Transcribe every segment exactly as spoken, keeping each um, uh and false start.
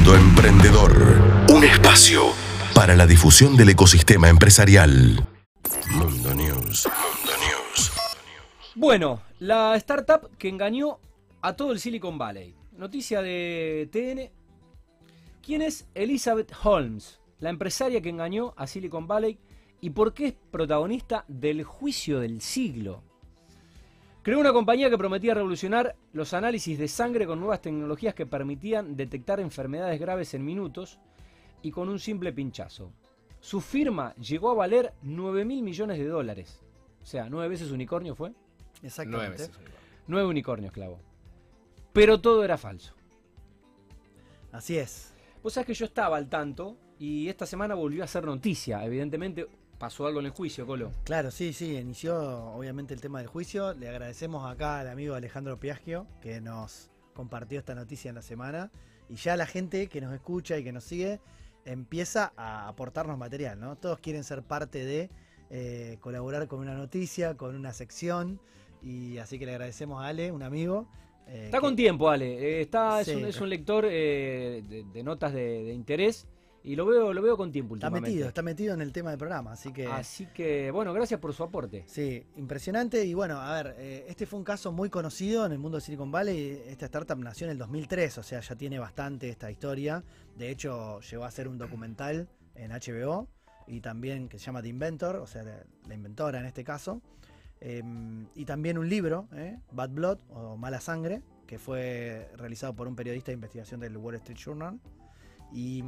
Mundo Emprendedor. Un espacio para la difusión del ecosistema empresarial. Mundo News. Mundo News. Bueno, la startup que engañó a todo el Silicon Valley. Noticia de T N. ¿Quién es Elizabeth Holmes? La empresaria que engañó a Silicon Valley y por qué es protagonista del juicio del siglo. Creó una compañía que prometía revolucionar los análisis de sangre con nuevas tecnologías que permitían detectar enfermedades graves en minutos y con un simple pinchazo. Su firma llegó a valer nueve mil millones de dólares. O sea, nueve veces unicornio fue. Exactamente. Nueve veces unicornio. Nueve unicornios clavó. Pero todo era falso. Así es. Vos sabés que yo estaba al tanto y esta semana volvió a ser noticia. Evidentemente pasó algo en el juicio, Colo. Claro, sí, sí, inició obviamente el tema del juicio. Le agradecemos acá al amigo Alejandro Piaggio que nos compartió esta noticia en la semana. Y ya la gente que nos escucha y que nos sigue empieza a aportarnos material, ¿no? Todos quieren ser parte de eh, colaborar con una noticia, con una sección. Y así que le agradecemos a Ale, un amigo. Eh, está que... con tiempo, Ale. Eh, está, sí, es, un, es un lector eh, de, de notas de, de interés. Y lo veo, lo veo con tiempo Está últimamente. metido, está metido en el tema del programa, así que... Así que, bueno, gracias por su aporte. Sí, impresionante. Y bueno, a ver, eh, este fue un caso muy conocido en el mundo de Silicon Valley. Esta startup nació en el dos mil tres, o sea, ya tiene bastante esta historia. De hecho, llegó a ser un documental en H B O y también que se llama The Inventor, o sea, la, la inventora en este caso. Eh, y también un libro, eh, Bad Blood o Mala Sangre, que fue realizado por un periodista de investigación del Wall Street Journal. Y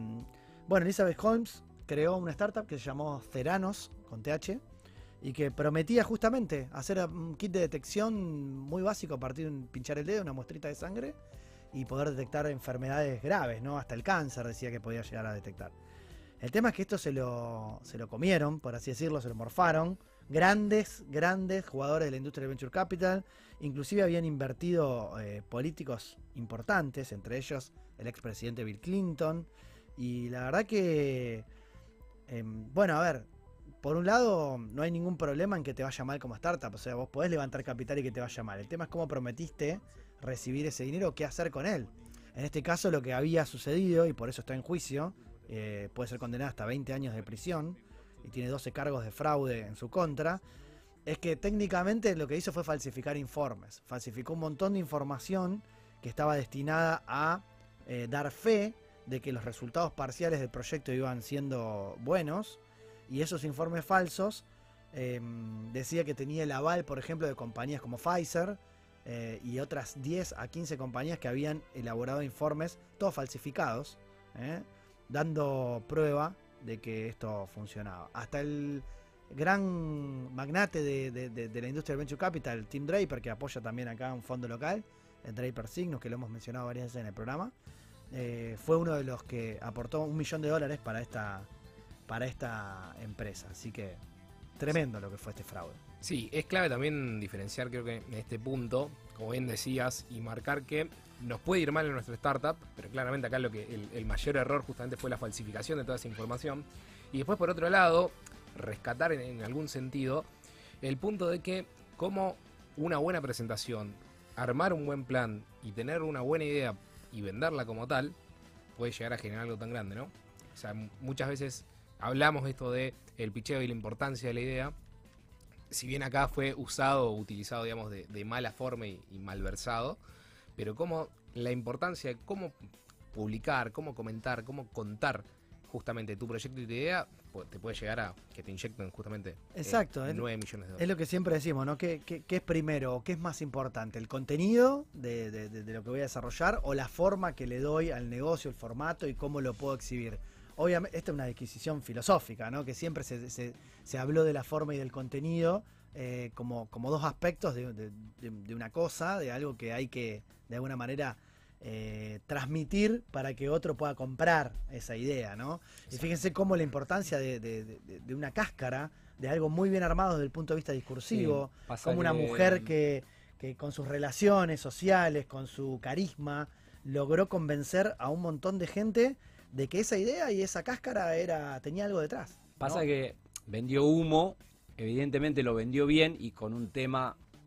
bueno, Elizabeth Holmes creó una startup que se llamó Theranos, con T H, y que prometía justamente hacer un kit de detección muy básico a partir de pinchar el dedo, una muestrita de sangre, y poder detectar enfermedades graves, ¿no? Hasta el cáncer decía que podía llegar a detectar. El tema es que esto se lo, se lo comieron, por así decirlo, se lo morfaron. Grandes, grandes jugadores de la industria del Venture Capital, inclusive habían invertido eh, políticos importantes, entre ellos el expresidente Bill Clinton, y la verdad que, eh, bueno, a ver, por un lado no hay ningún problema en que te vaya mal como startup, o sea, vos podés levantar capital y que te vaya mal. El tema es cómo prometiste recibir ese dinero, qué hacer con él. En este caso lo que había sucedido, y por eso está en juicio, eh, puede ser condenado hasta veinte años de prisión, y tiene doce cargos de fraude en su contra, es que técnicamente lo que hizo fue falsificar informes. Falsificó un montón de información que estaba destinada a eh, dar fe de que los resultados parciales del proyecto iban siendo buenos, y esos informes falsos eh, decía que tenía el aval, por ejemplo, de compañías como Pfizer eh, y otras diez a quince compañías que habían elaborado informes, todos falsificados, eh, dando prueba de que esto funcionaba. Hasta el gran magnate de, de, de, de la industria del Venture Capital, Tim Draper, que apoya también acá un fondo local, el Draper Cygnus, que lo hemos mencionado varias veces en el programa, eh, fue uno de los que aportó un millón de dólares para esta, para esta empresa. Así que tremendo lo que fue este fraude. Sí, es clave también diferenciar, creo que en este punto, como bien decías, y marcar que nos puede ir mal en nuestra startup, pero claramente acá lo que el, el mayor error justamente fue la falsificación de toda esa información. Y después, por otro lado, rescatar en, en algún sentido el punto de que como una buena presentación, armar un buen plan y tener una buena idea y venderla como tal, puede llegar a generar algo tan grande, ¿no? O sea, muchas veces hablamos esto de el picheo y la importancia de la idea. Si bien acá fue usado o utilizado, digamos, de, de mala forma y, y malversado, pero como la importancia de cómo publicar, cómo comentar, cómo contar justamente tu proyecto y tu idea, te puede llegar a que te inyecten justamente Exacto, eh, es, nueve millones de dólares. Es lo que siempre decimos, ¿no? ¿Qué, qué, qué es primero? ¿Qué es más importante? ¿El contenido de, de, de, de lo que voy a desarrollar o la forma que le doy al negocio, el formato y cómo lo puedo exhibir? Obviamente, esta es una adquisición filosófica, ¿no? Que siempre se, se, se habló de la forma y del contenido eh, como, como dos aspectos de, de, de, de una cosa, de algo que hay que, de alguna manera, eh, transmitir para que otro pueda comprar esa idea, ¿no? Y fíjense cómo la importancia de, de, de, de una cáscara, de algo muy bien armado desde el punto de vista discursivo, sí, como una que... mujer que, que con sus relaciones sociales, con su carisma, logró convencer a un montón de gente de que esa idea y esa cáscara era tenía algo detrás, ¿no? Pasa que vendió humo, evidentemente lo vendió bien y con un tema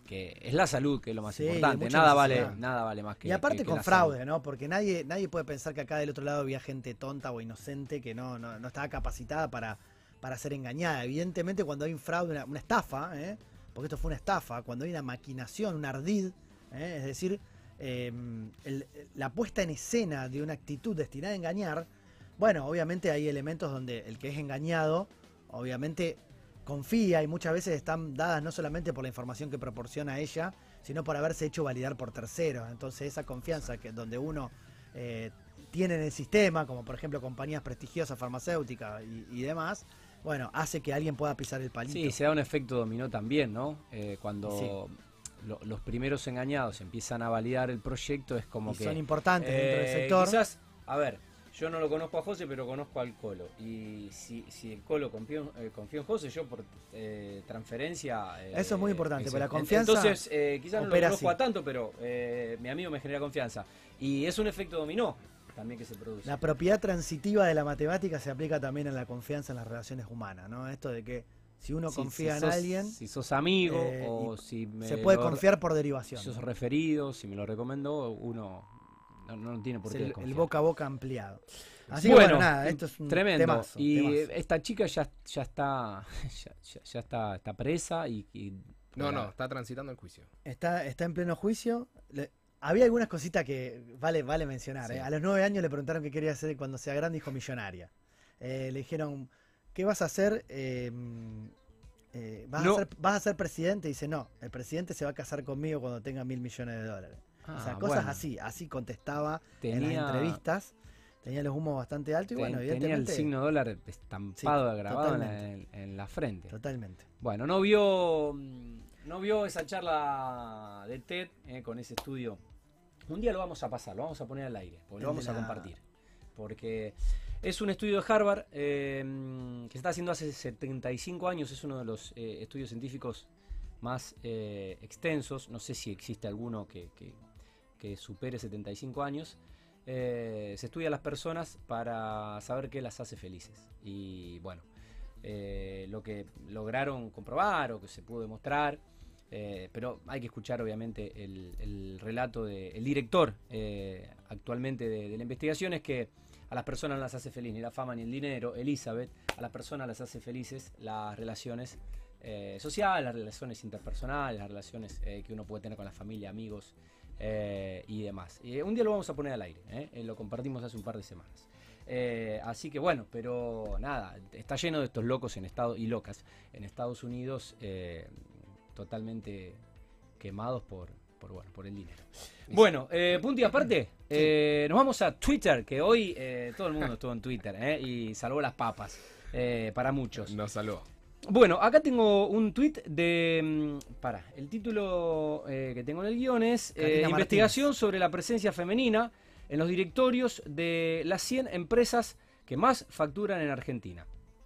que es la salud, que es lo más Sí, de importante. mucha Nada vale, necesidad. nada vale más que Y aparte que- que con la fraude, salud. ¿no? Porque nadie, nadie puede pensar que acá del otro lado había gente tonta o inocente que no, no, no estaba capacitada para, para ser engañada. Evidentemente cuando hay un fraude, una, una estafa, ¿eh? Porque esto fue una estafa, cuando hay una maquinación, un ardid, ¿eh? Es decir, eh, el- la puesta en escena de una actitud destinada a engañar, bueno, obviamente hay elementos donde el que es engañado, obviamente confía y muchas veces están dadas no solamente por la información que proporciona ella, sino por haberse hecho validar por terceros. Entonces esa confianza que donde uno eh, tiene en el sistema, como por ejemplo compañías prestigiosas, farmacéuticas y, y demás, bueno, hace que alguien pueda pisar el palito. Sí, se da un efecto dominó también, ¿no? Eh, cuando lo- los primeros engañados empiezan a validar el proyecto, es como Y que... son importantes dentro del eh, sector. Quizás, a ver, yo no lo conozco a José, pero conozco al Colo. Y si, si el Colo confió, eh, confió en José, yo por eh, transferencia... eh, Eso es muy importante, sí. porque la confianza Entonces, eh, quizás no lo opera conozco así. a tanto, pero eh, mi amigo me genera confianza. Y es un efecto dominó también que se produce. La propiedad transitiva de la matemática se aplica también en la confianza en las relaciones humanas, ¿no? Esto de que si uno Si- confía si en sos- alguien, Si sos amigo eh, o y si me se puede lo- confiar por derivación. Si sos referido, si me lo recomendó, uno no, no tiene por Es qué el, el desconfiar. boca a boca ampliado. Así bueno, que bueno, nada, esto es un tremendo. temazo, y temazo. esta chica ya, ya está ya, ya- ya está, está presa y, y- No, no, está transitando el juicio. Está, está en pleno juicio. Le- había algunas cositas que vale, vale mencionar. Sí. ¿eh? A los nueve años le preguntaron qué quería hacer cuando sea grande, dijo millonaria. Eh, le dijeron, ¿qué vas a hacer? Eh, eh, ¿vas, No. a ser, ¿Vas a ser presidente? Y dice, no, el presidente se va a casar conmigo cuando tenga mil millones de dólares. o sea, Ah, cosas bueno. así, así contestaba en Tenía- las entrevistas. Tenía los humos bastante altos y Ten- bueno, tenía el evidentemente... signo dólar estampado, Sí, grabado en la, totalmente. en- en la frente. Totalmente. Bueno, no vio mm, no vio esa charla de TED eh, con ese estudio. Un día lo vamos a pasar, lo vamos a poner al aire, porque lo El vamos de a la- compartir. Porque es un estudio de Harvard eh, que se está haciendo hace setenta y cinco años, es uno de los eh, estudios científicos más eh, extensos. No sé si existe alguno que, que- que supere setenta y cinco años. Eh, se estudia a las personas para saber qué las hace felices. Y bueno, eh, lo que lograron comprobar o que se pudo demostrar, eh, pero hay que escuchar obviamente el, el relato del director eh, actualmente de, de la investigación, es que a las personas no las hace feliz ni la fama ni el dinero, Elizabeth, a las personas las hace felices las relaciones eh, sociales, las relaciones interpersonales, las relaciones eh, que uno puede tener con la familia, amigos eh, y demás. Eh, un día lo vamos a poner al aire, ¿eh? Eh, lo compartimos hace un par de semanas. Eh, así que bueno, pero nada, está lleno de estos locos en Estados y locas en Estados Unidos, eh, totalmente quemados por, por, bueno, por el dinero. Bueno, eh, punto y aparte, eh, nos vamos a Twitter, que hoy eh, todo el mundo estuvo en Twitter eh, y salvó las papas eh, para muchos. Nos salvó. Bueno, acá tengo un tweet de... mm, Para, el título eh, que tengo en el guión es eh, Karina Investigación Martínez. sobre la presencia femenina en los directorios de las cien empresas que más facturan en Argentina.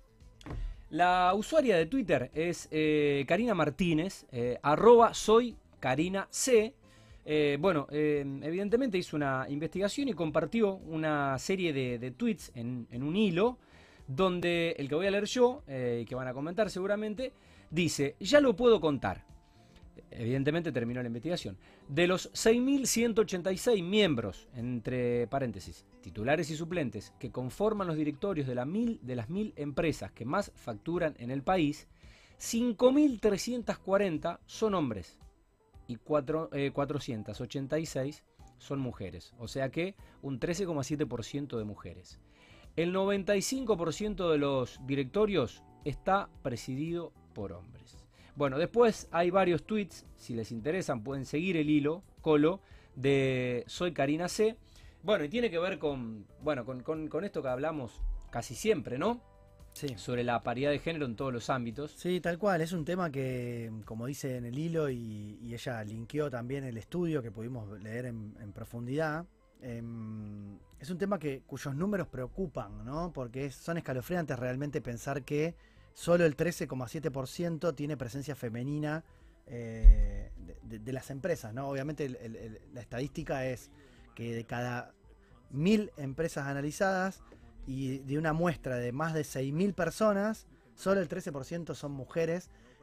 La usuaria de Twitter es eh, Karina Martínez, eh, arroba soy Karina C. Eh, bueno, eh, evidentemente hizo una investigación y compartió una serie de, de tweets en, en un hilo, donde el que voy a leer yo, eh, y que van a comentar seguramente, dice, ya lo puedo contar. Evidentemente terminó la investigación. De los seis mil ciento ochenta y seis miembros, entre paréntesis, titulares y suplentes, que conforman los directorios de, la mil, de las mil empresas que más facturan en el país, cinco mil trescientos cuarenta son hombres y cuatro, eh, cuatrocientos ochenta y seis son mujeres. O sea que un trece coma siete por ciento de mujeres. El noventa y cinco por ciento de los directorios está presidido por hombres. Bueno, después hay varios tweets, si les interesan pueden seguir el hilo, Colo, de Soy Karina C. Bueno, y tiene que ver con, bueno, con, con, con esto que hablamos casi siempre, ¿no? Sí. Sobre la paridad de género en todos los ámbitos. Sí, tal cual. Es un tema que, como dice en el hilo, y, y ella linkeó también el estudio que pudimos leer en, en profundidad. Eh, es un tema que cuyos números preocupan, ¿no? Porque es- son escalofriantes realmente pensar que solo el trece coma siete por ciento tiene presencia femenina eh, de, de- de las empresas, ¿no? Obviamente el- el- el- la estadística es que de cada mil empresas analizadas y de una muestra de más de seis mil personas, solo el trece por ciento son mujeres.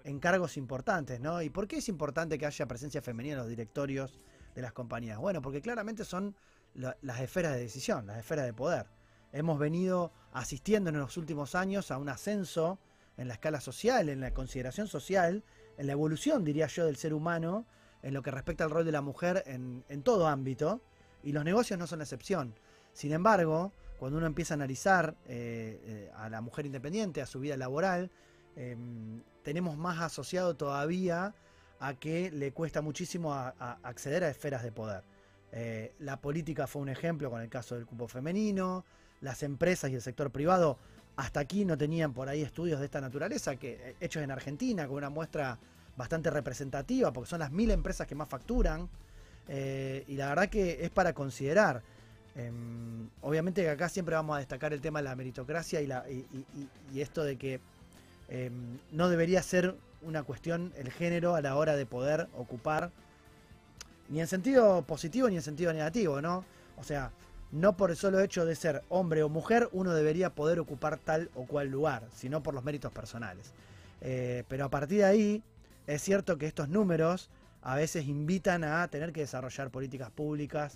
en cargos importantes, ¿no? ¿Y por qué es importante que haya presencia femenina en los directorios de las compañías? Bueno, porque claramente son la, las esferas de decisión, las esferas de poder. Hemos venido asistiendo en los últimos años a un ascenso en la escala social, en la consideración social, en la evolución, diría yo, del ser humano, en lo que respecta al rol de la mujer en, en todo ámbito, y los negocios no son la excepción. Sin embargo, cuando uno empieza a analizar eh, eh, a la mujer independiente, a su vida laboral, eh, tenemos más asociado todavía a que le cuesta muchísimo a, a acceder a esferas de poder. Eh, la política fue un ejemplo con el caso del cupo femenino, las empresas y el sector privado hasta aquí no tenían por ahí estudios de esta naturaleza, que hechos en Argentina, con una muestra bastante representativa, porque son las mil empresas que más facturan, eh, y la verdad que es para considerar. Eh, obviamente que acá siempre vamos a destacar el tema de la meritocracia y, la, y, y, y esto de que eh, no debería ser una cuestión el género a la hora de poder ocupar, ni en sentido positivo ni en sentido negativo, ¿no? O sea, no por el solo hecho de ser hombre o mujer uno debería poder ocupar tal o cual lugar, sino por los méritos personales. Eh, pero a partir de ahí, es cierto que estos números a veces invitan a tener que desarrollar políticas públicas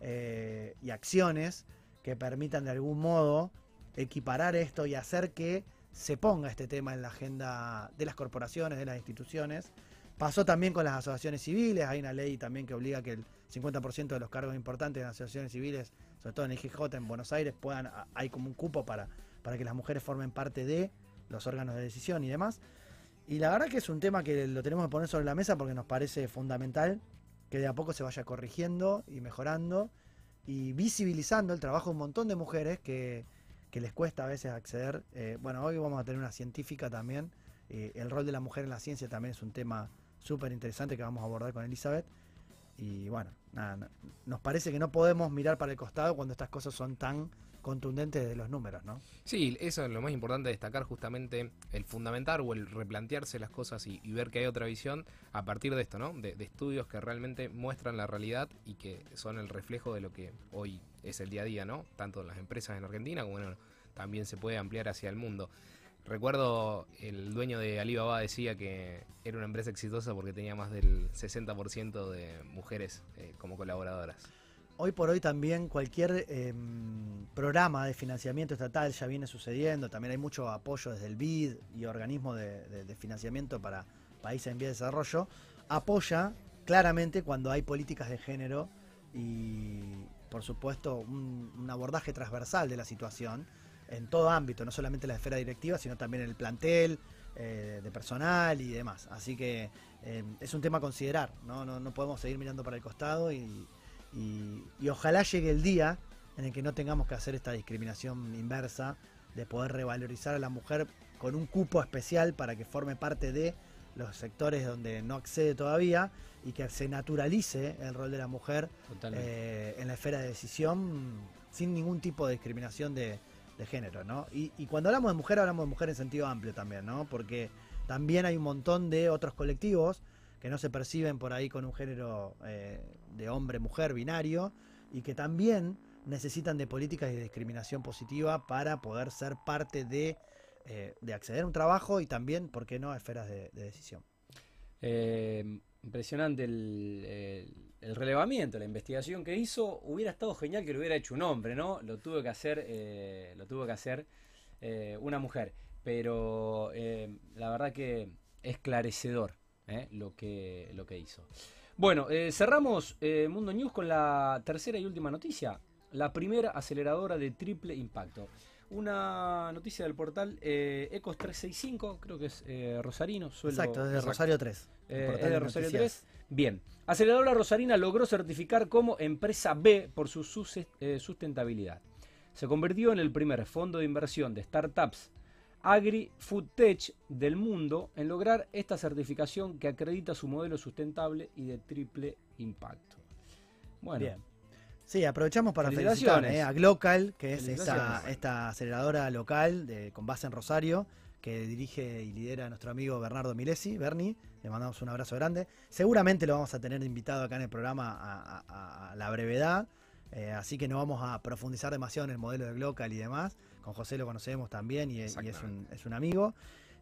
eh, y acciones que permitan de algún modo equiparar esto y hacer que se ponga este tema en la agenda de las corporaciones, de las instituciones. Pasó también con las asociaciones civiles, hay una ley también que obliga que el cincuenta por ciento de los cargos importantes de las asociaciones civiles, sobre todo en el I G J en Buenos Aires, puedan, hay como un cupo para, para que las mujeres formen parte de los órganos de decisión y demás. Y la verdad que es un tema que lo tenemos que poner sobre la mesa porque nos parece fundamental que de a poco se vaya corrigiendo y mejorando y visibilizando el trabajo de un montón de mujeres que, que les cuesta a veces acceder. Eh, bueno, hoy vamos a tener una científica también. Eh, el rol de la mujer en la ciencia también es un tema súper interesante que vamos a abordar con Elizabeth. Y bueno, nada, no, nos parece que no podemos mirar para el costado cuando estas cosas son tan contundentes de los números, ¿no? Sí, eso es lo más importante, destacar justamente el fundamentar o el replantearse las cosas y, y ver que hay otra visión a partir de esto, ¿no? De, de estudios que realmente muestran la realidad y que son el reflejo de lo que hoy es el día a día, ¿no? Tanto en las empresas en Argentina como bueno, también se puede ampliar hacia el mundo. Recuerdo el dueño de Alibaba decía que era una empresa exitosa porque tenía más del sesenta por ciento de mujeres eh, como colaboradoras. Hoy por hoy también cualquier eh, programa de financiamiento estatal ya viene sucediendo, también hay mucho apoyo desde el B I D y organismos de, de, de financiamiento para países en vía de desarrollo, apoya claramente cuando hay políticas de género y por supuesto un, un abordaje transversal de la situación en todo ámbito, no solamente en la esfera directiva, sino también en el plantel eh, de personal y demás. Así que eh, es un tema a considerar, ¿no? No, no podemos seguir mirando para el costado y, y, y ojalá llegue el día en el que no tengamos que hacer esta discriminación inversa de poder revalorizar a la mujer con un cupo especial para que forme parte de los sectores donde no accede todavía y que se naturalice el rol de la mujer eh, en la esfera de decisión sin ningún tipo de discriminación de de género, ¿no? Y, y cuando hablamos de mujer, hablamos de mujer en sentido amplio también, ¿no? Porque también hay un montón de otros colectivos que no se perciben por ahí con un género eh, de hombre-mujer binario y que también necesitan de políticas de discriminación positiva para poder ser parte de, eh, de acceder a un trabajo y también, ¿por qué no?, a esferas de, de decisión. Eh, impresionante el, el, el relevamiento, la investigación que hizo. Hubiera estado genial que lo hubiera hecho un hombre, ¿no? Lo tuvo que hacer, eh, lo tuvo que hacer eh, una mujer. Pero eh, la verdad que esclarecedor eh, lo que lo que hizo. Bueno, eh, cerramos eh, Mundo News con la tercera y última noticia. La primera aceleradora de triple impacto. Una noticia del portal eh, Ecos trescientos sesenta y cinco, creo que es eh, rosarino. Suelo, exacto, desde Rosario tres. Eh, es de Rosario tres. Bien. Aceleradora Rosarina logró certificar como empresa B por su sustentabilidad. Se convirtió en el primer fondo de inversión de startups agri-food-tech del mundo en lograr esta certificación que acredita su modelo sustentable y de triple impacto. Bueno. Bien. Sí, aprovechamos para felicitar eh, a Glocal, que es esta, esta aceleradora local de, con base en Rosario, que dirige y lidera nuestro amigo Bernardo Milesi. Berni, le mandamos un abrazo grande. Seguramente lo vamos a tener invitado acá en el programa a, a, a la brevedad, eh, así que no vamos a profundizar demasiado en el modelo de Glocal y demás. Con José lo conocemos también y, y es, un, es un amigo.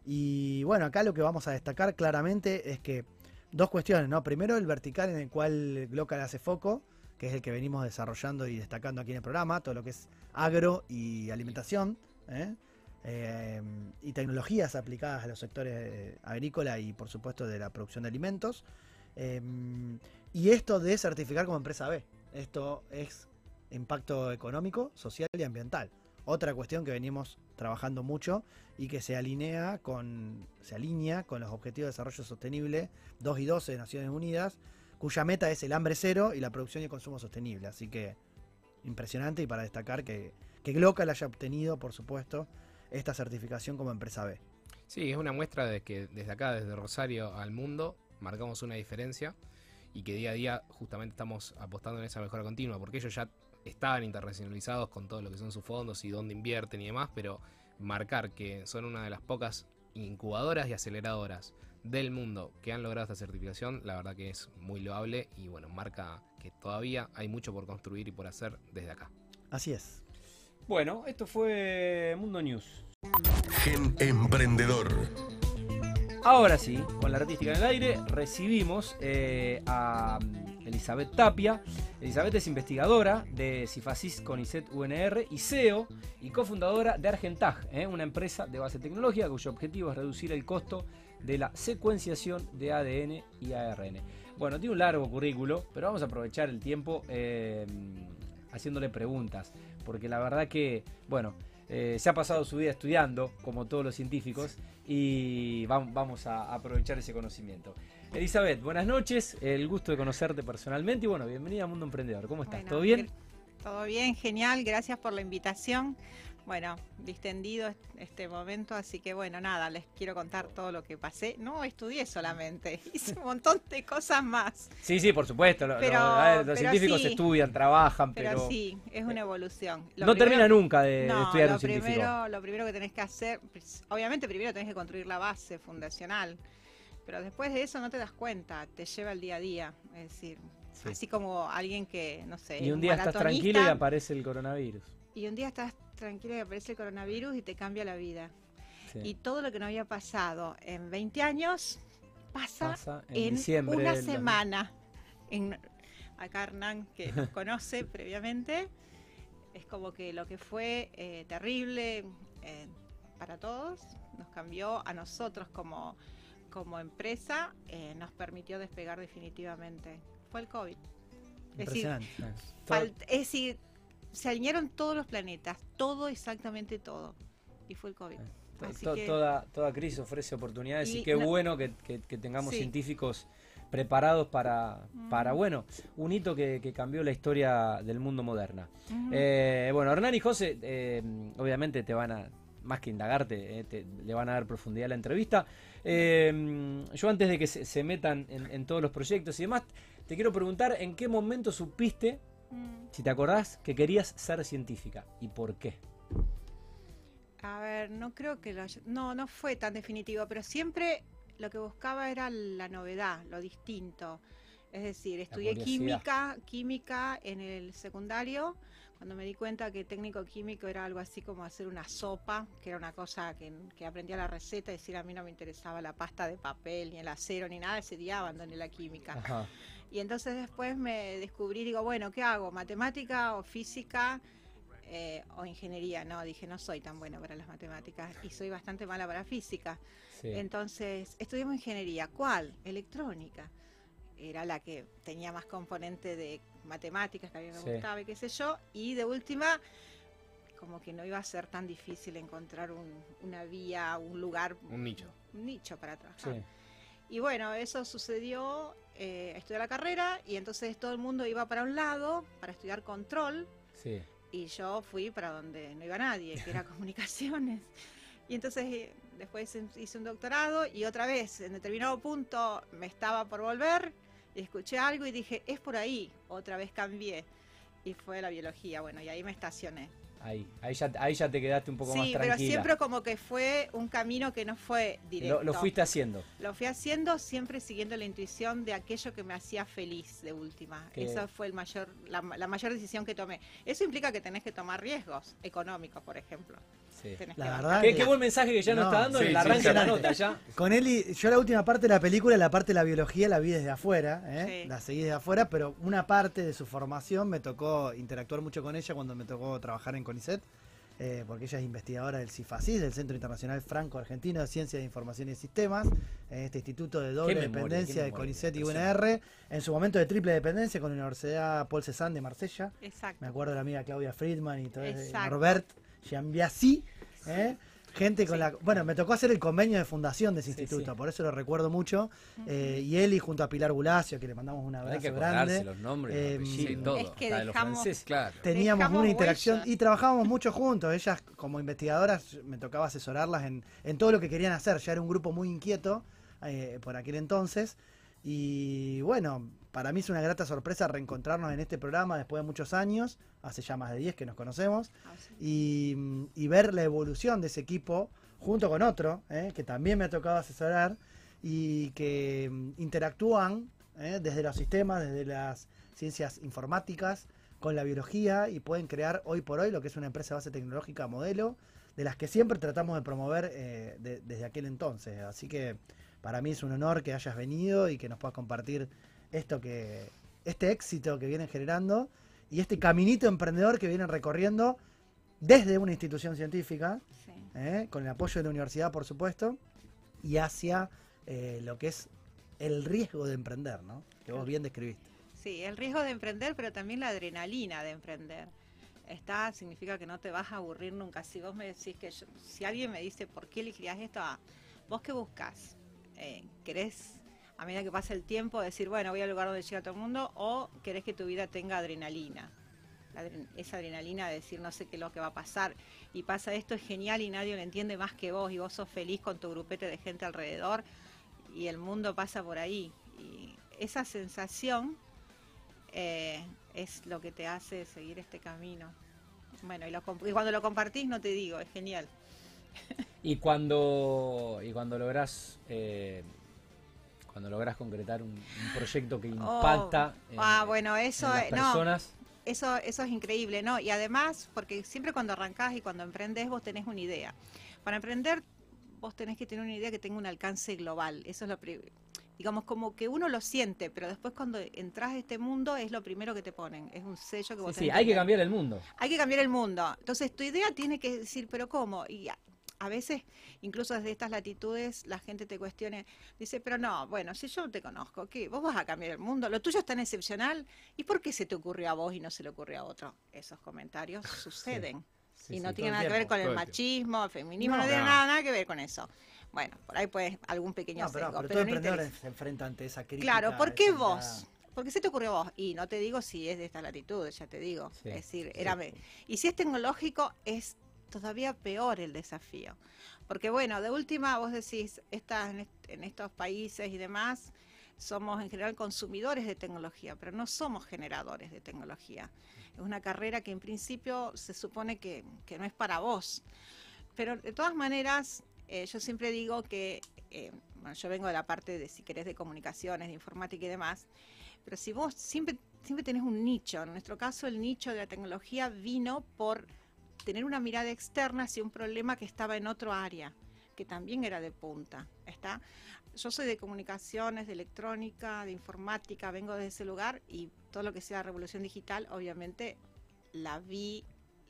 Y bueno, acá lo que vamos a destacar claramente es que dos cuestiones, ¿no? Primero, el vertical en el cual Glocal hace foco, que es el que venimos desarrollando y destacando aquí en el programa, todo lo que es agro y alimentación, ¿eh? Eh, y tecnologías aplicadas a los sectores eh, agrícola y por supuesto de la producción de alimentos. Eh, y esto de certificar como empresa B. Esto es impacto económico, social y ambiental. Otra cuestión que venimos trabajando mucho y que se alinea con, se alinea con los Objetivos de Desarrollo Sostenible dos y doce de Naciones Unidas, cuya meta es el hambre cero y la producción y el consumo sostenible. Así que impresionante, y para destacar que, que Glocal haya obtenido, por supuesto, esta certificación como empresa B. Sí, es una muestra de que desde acá, desde Rosario al mundo, marcamos una diferencia y que día a día justamente estamos apostando en esa mejora continua, porque ellos ya estaban internacionalizados con todo lo que son sus fondos y dónde invierten y demás, pero marcar que son una de las pocas incubadoras y aceleradoras del mundo que han logrado esta certificación, la verdad que es muy loable y bueno, marca que todavía hay mucho por construir y por hacer desde acá. Así es. Bueno, esto fue Mundo News. Gen Emprendedor. Ahora sí, con la artística en el aire, recibimos eh, a Elizabeth Tapia. Elizabeth es investigadora de Cifacis CONICET U N R y C E O y cofundadora de Argentag, ¿eh? una empresa de base tecnológica cuyo objetivo es reducir el costo de la secuenciación de A D N y A R N. Bueno, tiene un largo currículo, pero vamos a aprovechar el tiempo eh, haciéndole preguntas, porque la verdad que, bueno, eh, se ha pasado su vida estudiando, como todos los científicos, y vamos, vamos a aprovechar ese conocimiento. Elizabeth, buenas noches, el gusto de conocerte personalmente y bueno, bienvenida a Mundo Emprendedor. ¿Cómo estás? Bueno, ¿Todo bien? Todo bien, genial, gracias por la invitación. Bueno, distendido este momento, así que bueno, nada, les quiero contar todo lo que pasé. No estudié solamente, hice un montón de cosas más. Sí, sí, por supuesto, lo, Pero- lo- a ver, los pero científicos sí. estudian, trabajan, Pero, pero, sí, es una evolución. Lo no primero- termina nunca de, no, de estudiar lo un científico. primero, lo primero que tenés que hacer, pues, obviamente primero tenés que construir la base fundacional, pero después de eso no te das cuenta, te lleva el día a día, es decir, Sí. así como alguien que, no sé, Y un un día estás maratonista, tranquilo y aparece el coronavirus. y un día estás tranquilo y aparece el coronavirus y te cambia la vida. Sí. Y todo lo que no había pasado en veinte años pasa, Pasa en en diciembre una del dos mil. semana. En, acá Hernán, que nos conoce previamente, es como que lo que fue eh, terrible eh, para todos, nos cambió a nosotros como, como empresa, eh, nos permitió despegar definitivamente. Fue el COVID. Es decir, Impresionante. Falt- es decir, se alinearon todos los planetas, todo, exactamente todo. Y fue el COVID. To- Así to- que- toda, toda crisis ofrece oportunidades y, Y qué no- bueno que, que- que tengamos Sí. científicos preparados para, Mm. para bueno, un hito que, que cambió la historia del mundo moderna. Ujú. Eh, bueno, Hernán y José, eh, obviamente te van a, más que indagarte, eh, te- le van a dar profundidad a la entrevista. Eh, yo antes de que se, se metan en, en todos los proyectos y demás, te quiero preguntar en qué momento supiste, Mm. si te acordás, que querías ser científica y por qué. A ver, no creo que lo haya- no, no fue tan definitivo, pero siempre lo que buscaba era la novedad, lo distinto. Es decir, estudié curiosidad. química, química en el secundario, cuando me di cuenta que técnico químico era algo así como hacer una sopa, que era una cosa que, que aprendía la receta, es decir, a mí no me interesaba la pasta de papel, ni el acero, ni nada, ese día abandoné la química. Ajá. Y entonces después me descubrí, digo, bueno, ¿qué hago? ¿Matemática o física eh, o ingeniería? No, dije, no soy tan buena para las matemáticas y soy bastante mala para física. Sí. Entonces, estudiamos ingeniería. ¿Cuál? Electrónica. Era la que tenía más componente de matemáticas, que a mí me Sí. gustaba y qué sé yo. Y de última, como que no iba a ser tan difícil encontrar un- una vía, un lugar, Un nicho. un nicho para trabajar. Sí. Y bueno, eso sucedió, eh, estudié la carrera y entonces todo el mundo iba para un lado para estudiar control Sí. y yo fui para donde no iba nadie, que era comunicaciones. Y entonces eh, después hice un doctorado y otra vez en determinado punto me estaba por volver y escuché algo y dije, es por ahí, otra vez cambié y fue la biología, bueno, y ahí me estacioné. Ahí, ahí ya, ahí ya te quedaste un poco más Sí, tranquila. pero siempre como que fue un camino que no fue directo. Lo, lo fuiste haciendo. Lo fui haciendo siempre siguiendo la intuición de aquello que me hacía feliz de última. Que- Esa fue el mayor, la, la mayor decisión que tomé. Eso implica que tenés que tomar riesgos económicos, por ejemplo. Sí. Tenés La que verdad bancar. Qué, qué buen mensaje que ya nos No, está dando sí, en el sí, arranque de la impresionante. nota ya. Con Eli, yo la última parte de la película, la parte de la biología, la vi desde afuera, ¿eh? Sí. La seguí desde afuera, pero una parte de su formación me tocó interactuar mucho con ella cuando me tocó trabajar en CONICET, eh, porque ella es investigadora del CIFACIS, del Centro Internacional Franco-Argentino de Ciencia de Información y Sistemas, en este instituto de doble Qué memoria, dependencia qué de memoria, CONICET y U N impresionante. R, en su momento de triple dependencia con la Universidad Paul Cézanne de Marsella. Exacto. Me acuerdo de la amiga Claudia Friedman y todo eso, Exacto. Norbert Giambiasi, ¿eh? Gente con Sí. la... Bueno, me tocó hacer el convenio de fundación de ese Sí, instituto, sí. por eso lo recuerdo mucho. Eh, y Eli junto a Pilar Bulacio, que le mandamos un Hay abrazo que acordarse grande. los nombres, Eh, los Sí, apellidos, todo. Es que hasta de los dejamos- franceses. Claro. Teníamos Dejamos una interacción huella. y trabajábamos mucho juntos. Ellas, como investigadoras, me tocaba asesorarlas en, en todo lo que querían hacer. Ya era un grupo muy inquieto eh, por aquel entonces. Y bueno, para mí es una grata sorpresa reencontrarnos en este programa después de muchos años. Hace ya más de diez que nos conocemos. Ah, sí. y, y ver la evolución de ese equipo junto con otro, eh, que también me ha tocado asesorar y que mm, interactúan eh, desde los sistemas, desde las ciencias informáticas, con la biología y pueden crear hoy por hoy lo que es una empresa de base tecnológica modelo, de las que siempre tratamos de promover eh, de- desde aquel entonces. Así que para mí es un honor que hayas venido y que nos puedas compartir esto que, este éxito que vienen generando y este caminito emprendedor que vienen recorriendo desde una institución científica, Sí. ¿eh? con el apoyo de la universidad, por supuesto, y hacia eh, lo que es el riesgo de emprender, ¿no? Que vos bien describiste. Sí, el riesgo de emprender, pero también la adrenalina de emprender. Está, significa que no te vas a aburrir nunca. Si vos me decís que yo- si alguien me dice por qué elegirías esto, ah, ¿vos qué buscas? Eh, ¿Querés, a medida que pasa el tiempo, decir, bueno, voy al lugar donde llega todo el mundo? ¿O querés que tu vida tenga adrenalina? La adren- esa adrenalina de decir, no sé qué es lo que va a pasar. Y pasa esto, es genial y nadie lo entiende más que vos. Y vos sos feliz con tu grupete de gente alrededor. Y el mundo pasa por ahí. Y esa sensación eh, es lo que te hace seguir este camino. Bueno, y, lo comp- y cuando lo compartís, no te digo, es genial. Y cuando, y cuando lográs eh, cuando lográs concretar un, un proyecto que impacta Oh, en, ah, bueno, eso, en las eh, no. personas. Eso, eso es increíble, ¿no? Y además, porque siempre cuando arrancás y cuando emprendés, vos tenés una idea. Para emprender, vos tenés que tener una idea que tenga un alcance global. Eso es lo pri- digamos, como que uno lo siente, pero después cuando entras a este mundo es lo primero que te ponen. Es un sello que Sí, vos sí, tenés hay que tener. cambiar el mundo. Hay que cambiar el mundo. Entonces, tu idea tiene que decir, ¿pero cómo? Y a, a veces, incluso desde estas latitudes, la gente te cuestiona, dice, pero no, bueno, si yo te conozco, ¿qué? ¿Vos vas a cambiar el mundo? ¿Lo tuyo es tan excepcional? ¿Y por qué se te ocurrió a vos y no se le ocurrió a otro? Esos comentarios suceden. Sí, y sí, no todo tiene el nada que ver tiempo, con el todo el tiempo. machismo, el feminismo, no, No, tiene no. nada, nada que ver con eso. Bueno, por ahí puedes algún pequeño No, pero, sesgo, pero pero todo no emprendedor interesa. se enfrenta ante esa crítica. Claro, ¿por qué esa vos? mirada. ¿Por qué se te ocurrió a vos? Y no te digo si es de esta latitud, ya te digo. Sí, es decir, sí. era me- y si es tecnológico, es todavía peor el desafío. Porque bueno, de última vos decís, estas, en, est- en estos países y demás, somos en general consumidores de tecnología, pero no somos generadores de tecnología. Es una carrera que en principio se supone que, que no es para vos. Pero de todas maneras, eh, yo siempre digo que, eh, bueno, yo vengo de la parte de, si querés, de comunicaciones, de informática y demás, pero si vos siempre, siempre tenés un nicho, en nuestro caso el nicho de la tecnología vino por tener una mirada externa hacia un problema que estaba en otro área, que también era de punta, ¿está? Yo soy de comunicaciones, de electrónica, de informática, vengo de ese lugar y todo lo que sea revolución digital, obviamente la vi,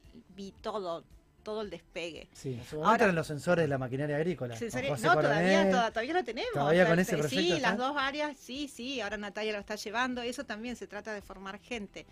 vi todo, todo el despegue. Sí. En su momento Ahora- eran los sensores de la maquinaria agrícola. Sí, con sería- José no, todavía, Coronel. toda- todavía lo tenemos. ¿Todavía con La- ese proyecto Sí, está? las dos áreas, sí, sí, ahora Natalia lo está llevando, eso también se trata de formar gente.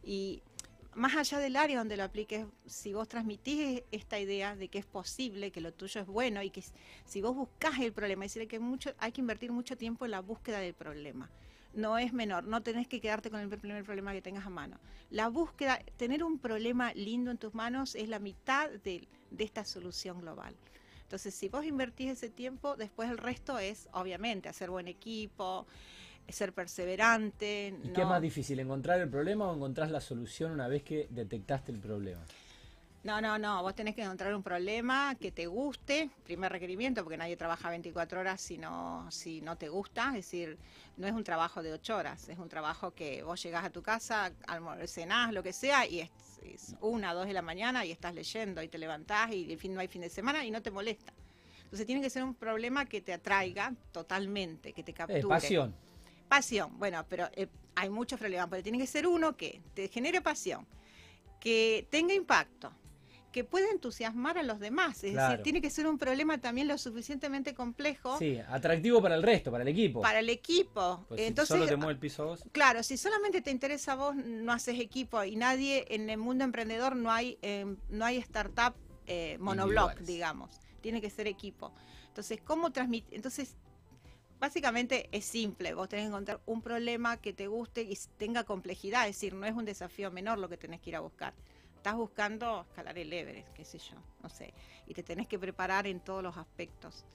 Y más allá del área donde lo apliques, si vos transmitís esta idea de que es posible, que lo tuyo es bueno y que s- si vos buscás el problema, es decir, que mucho, hay que invertir mucho tiempo en la búsqueda del problema. No es menor, no tenés que quedarte con el primer problema que tengas a mano. La búsqueda, tener un problema lindo en tus manos es la mitad de, de esta solución global. Entonces, si vos invertís ese tiempo, después el resto es, obviamente, hacer buen equipo, ser perseverante. ¿Y no- qué es más difícil, encontrar el problema o encontrás la solución una vez que detectaste el problema? No, no, no, vos tenés que encontrar un problema que te guste, primer requerimiento, porque nadie trabaja veinticuatro horas si no, si no te gusta, es decir, no es un trabajo de ocho horas, es un trabajo que vos llegás a tu casa, almor- cenás, lo que sea, y es, es una, dos de la mañana y estás leyendo y te levantás y el fin, no hay fin de semana y no te molesta. Entonces tiene que ser un problema que te atraiga totalmente, que te capture. Eh, pasión. Pasión, bueno, pero eh, hay muchos problemas, pero tiene que ser uno que te genere pasión, que tenga impacto, que pueda entusiasmar a los demás. Es Claro. decir, tiene que ser un problema también lo suficientemente complejo Sí, atractivo para el resto, para el equipo. para el equipo. Pues si Entonces, solo te mueve el piso a vos. claro, si solamente te interesa a vos, no haces equipo y nadie en el mundo emprendedor no hay, eh, no hay startup eh, monoblog, Individuales. digamos. Tiene que ser equipo. Entonces, ¿cómo transmitir? Entonces, básicamente es simple. Vos tenés que encontrar un problema que te guste y tenga complejidad. Es decir, no es un desafío menor lo que tenés que ir a buscar. Estás buscando escalar el Everest, qué sé yo, no sé. Y te tenés que preparar en todos los aspectos.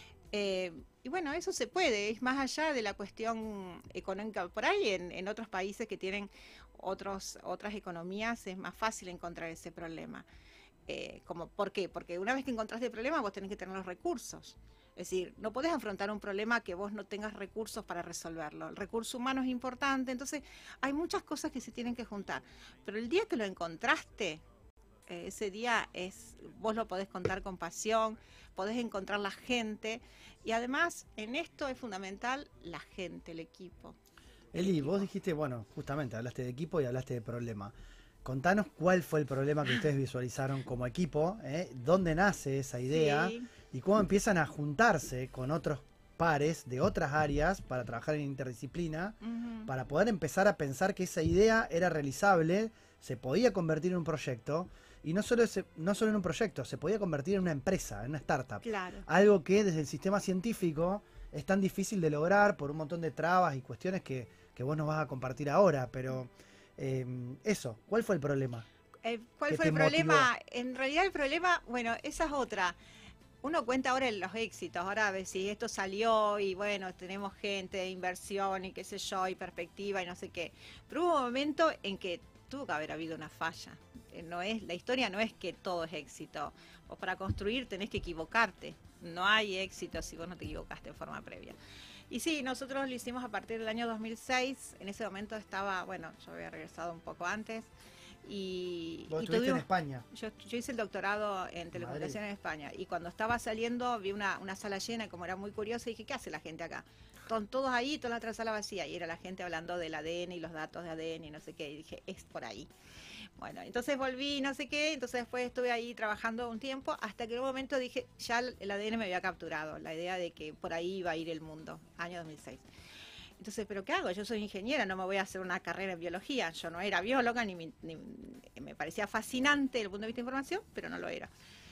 Eh, y bueno, eso se puede, es más allá de la cuestión económica. Por ahí en, en otros países que tienen otros, otras economías es más fácil encontrar ese problema. Eh, como, ¿por qué? Porque una vez que encontraste el problema vos tenés que tener los recursos. Es decir, no podés afrontar un problema que vos no tengas recursos para resolverlo. El recurso humano es importante, entonces hay muchas cosas que se tienen que juntar. Pero el día que lo encontraste, eh, ese día es, vos lo podés contar con pasión, podés encontrar la gente y además en esto es fundamental la gente, el equipo. El Eli, equipo. vos dijiste, bueno, justamente hablaste de equipo y hablaste de problema. Contanos cuál fue el problema que ustedes visualizaron como equipo, ¿eh? ¿Dónde nace esa idea? Sí. Y cómo empiezan a juntarse con otros pares de otras áreas para trabajar en interdisciplina, Ujú. para poder empezar a pensar que esa idea era realizable, se podía convertir en un proyecto, y no solo, ese- no solo en un proyecto, se podía convertir en una empresa, en una startup. Claro. Algo que desde el sistema científico es tan difícil de lograr por un montón de trabas y cuestiones que, que vos nos vas a compartir ahora, pero eh, eso, ¿cuál fue el problema? Eh, ¿Cuál ¿Qué fue te el problema? En realidad el problema, bueno, esa es otra. Uno cuenta ahora en los éxitos, ahora a ver si esto salió y bueno, tenemos gente, inversión y qué sé yo, y perspectiva y no sé qué. Pero hubo un momento en que tuvo que haber habido una falla. Eh, No es, la historia no es que todo es éxito. O para construir tenés que equivocarte. No hay éxito si vos no te equivocaste en forma previa. Y sí, nosotros lo hicimos a partir del año dos mil seis. En ese momento estaba, bueno, yo había regresado un poco antes. Y, Vos y estuviste en tuvimos- España. yo, yo hice el doctorado en telecomunicaciones en España y cuando estaba saliendo vi una, una sala llena y como era muy curiosa dije, ¿qué hace la gente acá? Están todos ahí, toda la otra sala vacía y era la gente hablando del A D N y los datos de A D N y no sé qué y dije, es por ahí. Bueno, entonces volví, no sé qué, entonces después estuve ahí trabajando un tiempo hasta que en un momento dije, ya el A D N me había capturado, la idea de que por ahí iba a ir el mundo, año dos mil seis. Entonces, ¿pero qué hago? Yo soy ingeniera, no me voy a hacer una carrera en biología. Yo no era bióloga, ni, me- ni- me parecía fascinante el punto de vista de información, pero no lo era.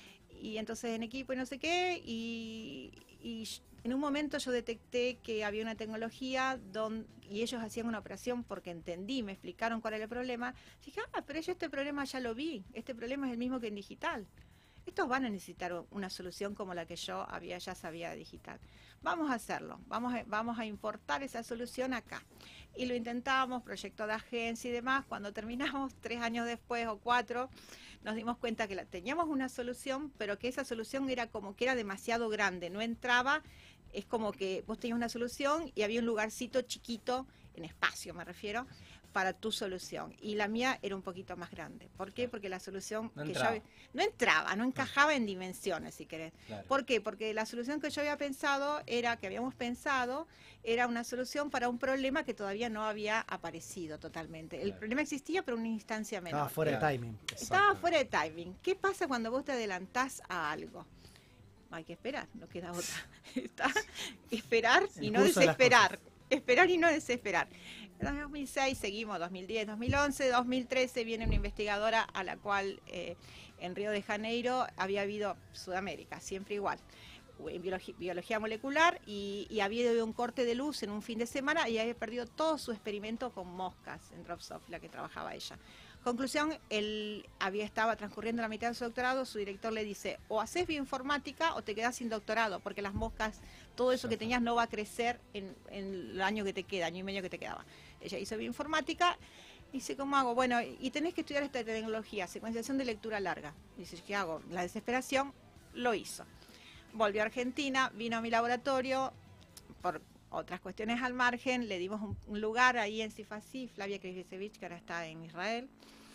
Y entonces en equipo y no sé qué, y, y en un momento yo detecté que había una tecnología donde, y ellos hacían una operación porque entendí, me explicaron cuál era el problema. Dije, ah, pero yo este problema ya lo vi, este problema es el mismo que en digital. Estos van a necesitar una solución como la que yo había ya sabía de digital. Vamos a hacerlo, vamos a, vamos a importar esa solución acá. Y lo intentamos, proyecto de agencia y demás. Cuando terminamos, tres años después o cuatro, nos dimos cuenta que la, teníamos una solución, pero que esa solución era como que era demasiado grande, no entraba. Es como que vos tenías una solución y había un lugarcito chiquito, en espacio me refiero, para tu solución. Y la mía era un poquito más grande. ¿Por qué? Porque la solución No que entraba. yo había- no entraba, no encajaba en dimensiones, si querés. Claro. ¿Por qué? Porque la solución que yo había pensado era, que habíamos pensado, era una solución para un problema que todavía no había aparecido totalmente. El Claro. problema existía, pero en una instancia menor. Estaba fuera Claro. de timing. Estaba fuera de timing. ¿Qué pasa cuando vos te adelantás a algo? Hay que esperar, no queda otra. Está esperar y El no curso de las desesperar. Esperar y no desesperar. En dos mil seis seguimos, dos mil diez, dos mil once, dos mil trece viene una investigadora a la cual eh, en Río de Janeiro había habido, Sudamérica, siempre igual, en biología, biología molecular y, y había habido un corte de luz en un fin de semana y había perdido todo su experimento con moscas en Drosophila que trabajaba ella. Conclusión, él había estaba transcurriendo la mitad de su doctorado, su director le dice, o haces bioinformática o te quedas sin doctorado, porque las moscas, todo eso que tenías no va a crecer en, en el año que te queda, año y medio que te quedaba. Ella hizo bioinformática Dice, ¿cómo hago? Bueno, y tenés que estudiar esta tecnología, secuenciación de lectura larga. Dice, ¿qué hago? La desesperación lo hizo. Volvió a Argentina, vino a mi laboratorio, por otras cuestiones al margen, le dimos un, un lugar ahí en Cifasí, Flavia Krivicevich, que ahora está en Israel.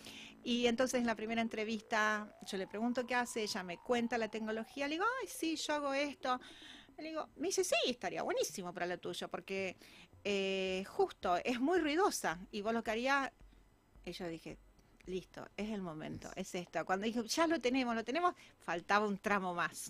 Y entonces en la primera entrevista yo le pregunto qué hace, ella me cuenta la tecnología, le digo, ay, sí, yo hago esto. Le digo, me dice, sí, estaría buenísimo para lo tuyo, porque eh, justo es muy ruidosa y vos lo que harías... Y yo dije, listo, es el momento, es esto. Cuando dije, ya lo tenemos, lo tenemos, faltaba un tramo más.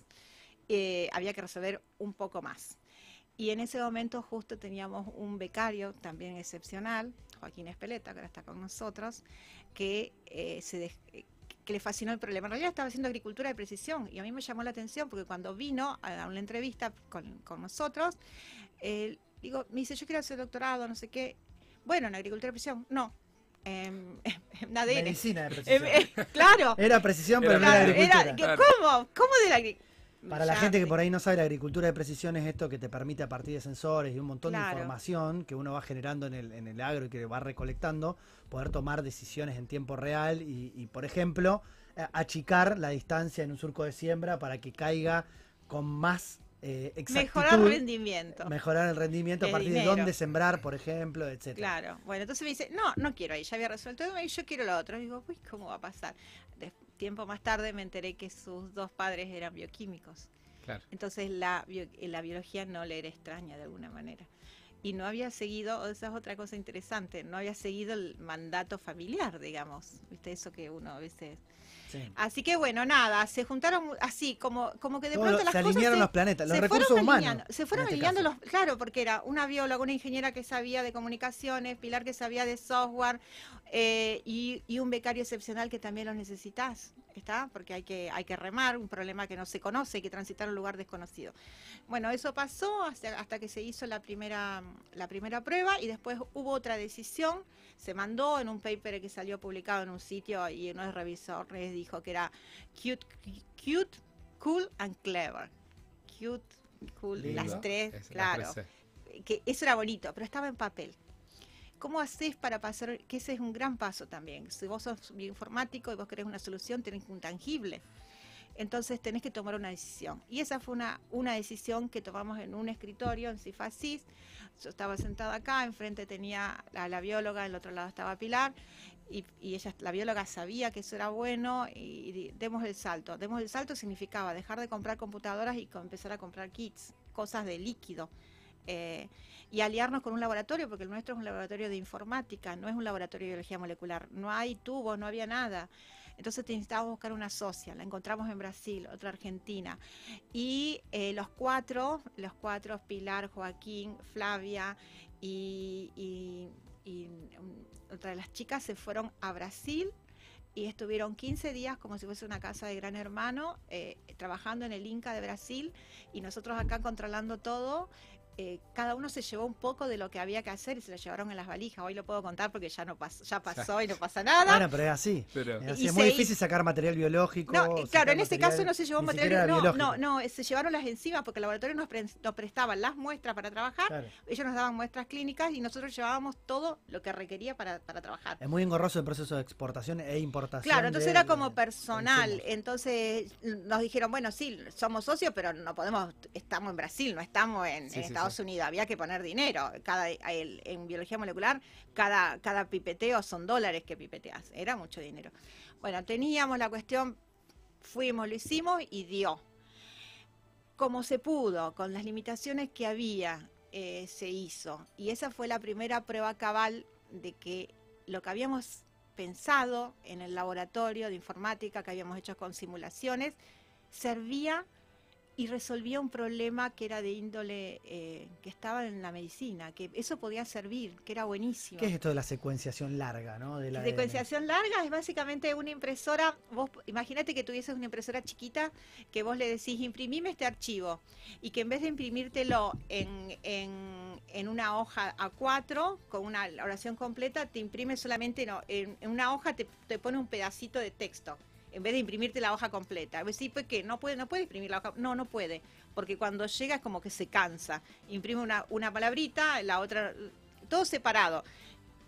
Eh, había que resolver un poco más. Y en ese momento justo teníamos un becario también excepcional, Joaquín Espeleta, que ahora está con nosotros, que, eh, se de, que le fascinó el problema. En realidad estaba haciendo agricultura de precisión y a mí me llamó la atención porque cuando vino a una entrevista con, con nosotros, eh, digo, me dice, yo quiero hacer doctorado, no sé qué. Bueno, en agricultura de precisión, no. Eh, en A D N. Medicina de precisión. Eh, eh, claro. Era precisión, pero Era no era Claro, agricultura. era- Claro. ¿Cómo? ¿Cómo de la agricultura? Para la gente que por ahí no sabe, la agricultura de precisión es esto que te permite a partir de sensores y un montón de Claro. información que uno va generando en el, en el agro y que va recolectando, poder tomar decisiones en tiempo real y, y, por ejemplo, eh, achicar la distancia en un surco de siembra para que caiga con más eh, exactitud. Mejorar rendimiento. Mejorar el rendimiento a Es partir dinero. de dónde sembrar, por ejemplo, etcétera. Claro. Bueno, entonces me dice, no, no quiero ahí, ya había resuelto y yo quiero lo otro. Digo, uy, ¿cómo va a pasar? De, tiempo más tarde me enteré que sus dos padres eran bioquímicos. Claro. Entonces la, bio- la biología no le era extraña de alguna manera. Y no había seguido, esa es otra cosa interesante, no había seguido el mandato familiar, digamos. ¿Viste? Eso que uno a veces... Sí. Así que bueno, nada, se juntaron así, como, como que de Todo pronto lo- las se cosas alinearon se, los planetas, los se recursos fueron humanos. alineando, se fueron en este alineando caso. los, claro, porque era una bióloga, una ingeniera que sabía de comunicaciones, Pilar que sabía de software, eh, y, y un becario excepcional que también lo necesitas, ¿está? Porque hay que, hay que remar, un problema que no se conoce, hay que transitar un lugar desconocido. Bueno, eso pasó hasta, hasta que se hizo la primera, la primera prueba y después hubo otra decisión, se mandó en un paper que salió publicado en un sitio y uno de los revisores dijo que era cute, cute, cool and clever. Cute, cool, Lindo. las tres, Es- las claro. tres C. Que eso era bonito, pero estaba en papel. ¿Cómo haces para pasar? Que ese es un gran paso también. Si vos sos bioinformático y vos querés una solución, tenés un tangible. Entonces tenés que tomar una decisión. Y esa fue una, una decisión que tomamos en un escritorio en Cifasís. Yo estaba sentada acá, enfrente tenía a la bióloga, en el otro lado estaba Pilar, y, y ella, la bióloga sabía que eso era bueno, y, y demos el salto. Demos el salto significaba dejar de comprar computadoras y co- empezar a comprar kits, cosas de líquido. Eh, y aliarnos con un laboratorio, porque el nuestro es un laboratorio de informática, no es un laboratorio de biología molecular. No hay tubos, no había nada. Entonces necesitábamos buscar una socia, la encontramos en Brasil, otra Argentina. Y eh, los cuatro, los cuatro, Pilar, Joaquín, Flavia y, y, y um, otra de las chicas se fueron a Brasil y estuvieron quince días como si fuese una casa de Gran Hermano, eh, trabajando en el Inca de Brasil y nosotros acá controlando todo. Eh, cada uno se llevó un poco de lo que había que hacer y se lo llevaron en las valijas. Hoy lo puedo contar porque ya no pasó, ya pasó y no pasa nada. Bueno, pero es así. Pero, Es, así. Y Es muy se difícil sacar material biológico. No, eh, sacar claro, en este material- caso no se llevó ni material, siquiera no, biológico. no, no, eh, se llevaron las enzimas porque el laboratorio nos, pre- nos prestaban las muestras para trabajar, Claro. ellos nos daban muestras clínicas y nosotros llevábamos todo lo que requería para, para trabajar. Es muy engorroso el proceso de exportación e importación. Claro, entonces de- era como de- personal, de insumos. entonces nos dijeron, bueno, sí, somos socios, pero no podemos, estamos en Brasil, no estamos en, Sí, en sí, Estados sí. Unidos, había que poner dinero, cada el- en biología molecular, cada, cada pipeteo son dólares que pipeteas, era mucho dinero. Bueno, teníamos la cuestión, fuimos, lo hicimos y dio. Como se pudo, con las limitaciones que había, eh, se hizo. Y esa fue la primera prueba cabal de que lo que habíamos pensado en el laboratorio de informática que habíamos hecho con simulaciones, servía y resolvía un problema que era de índole, eh, que estaba en la medicina, que eso podía servir, que era buenísimo. ¿Qué es esto de la secuenciación larga, no? De la La secuenciación larga es básicamente una impresora, vos imagínate que tuvieses una impresora chiquita que vos le decís imprimime este archivo y que en vez de imprimírtelo en, en, en una hoja A cuatro con una oración completa, te imprime solamente, no, en, en una hoja te, te pone un pedacito de texto en vez de imprimirte la hoja completa. A ver, sí, pues que no puede, no puede imprimir la hoja, no, no puede, porque cuando llega es como que se cansa, imprime una, una palabrita, la otra, todo separado.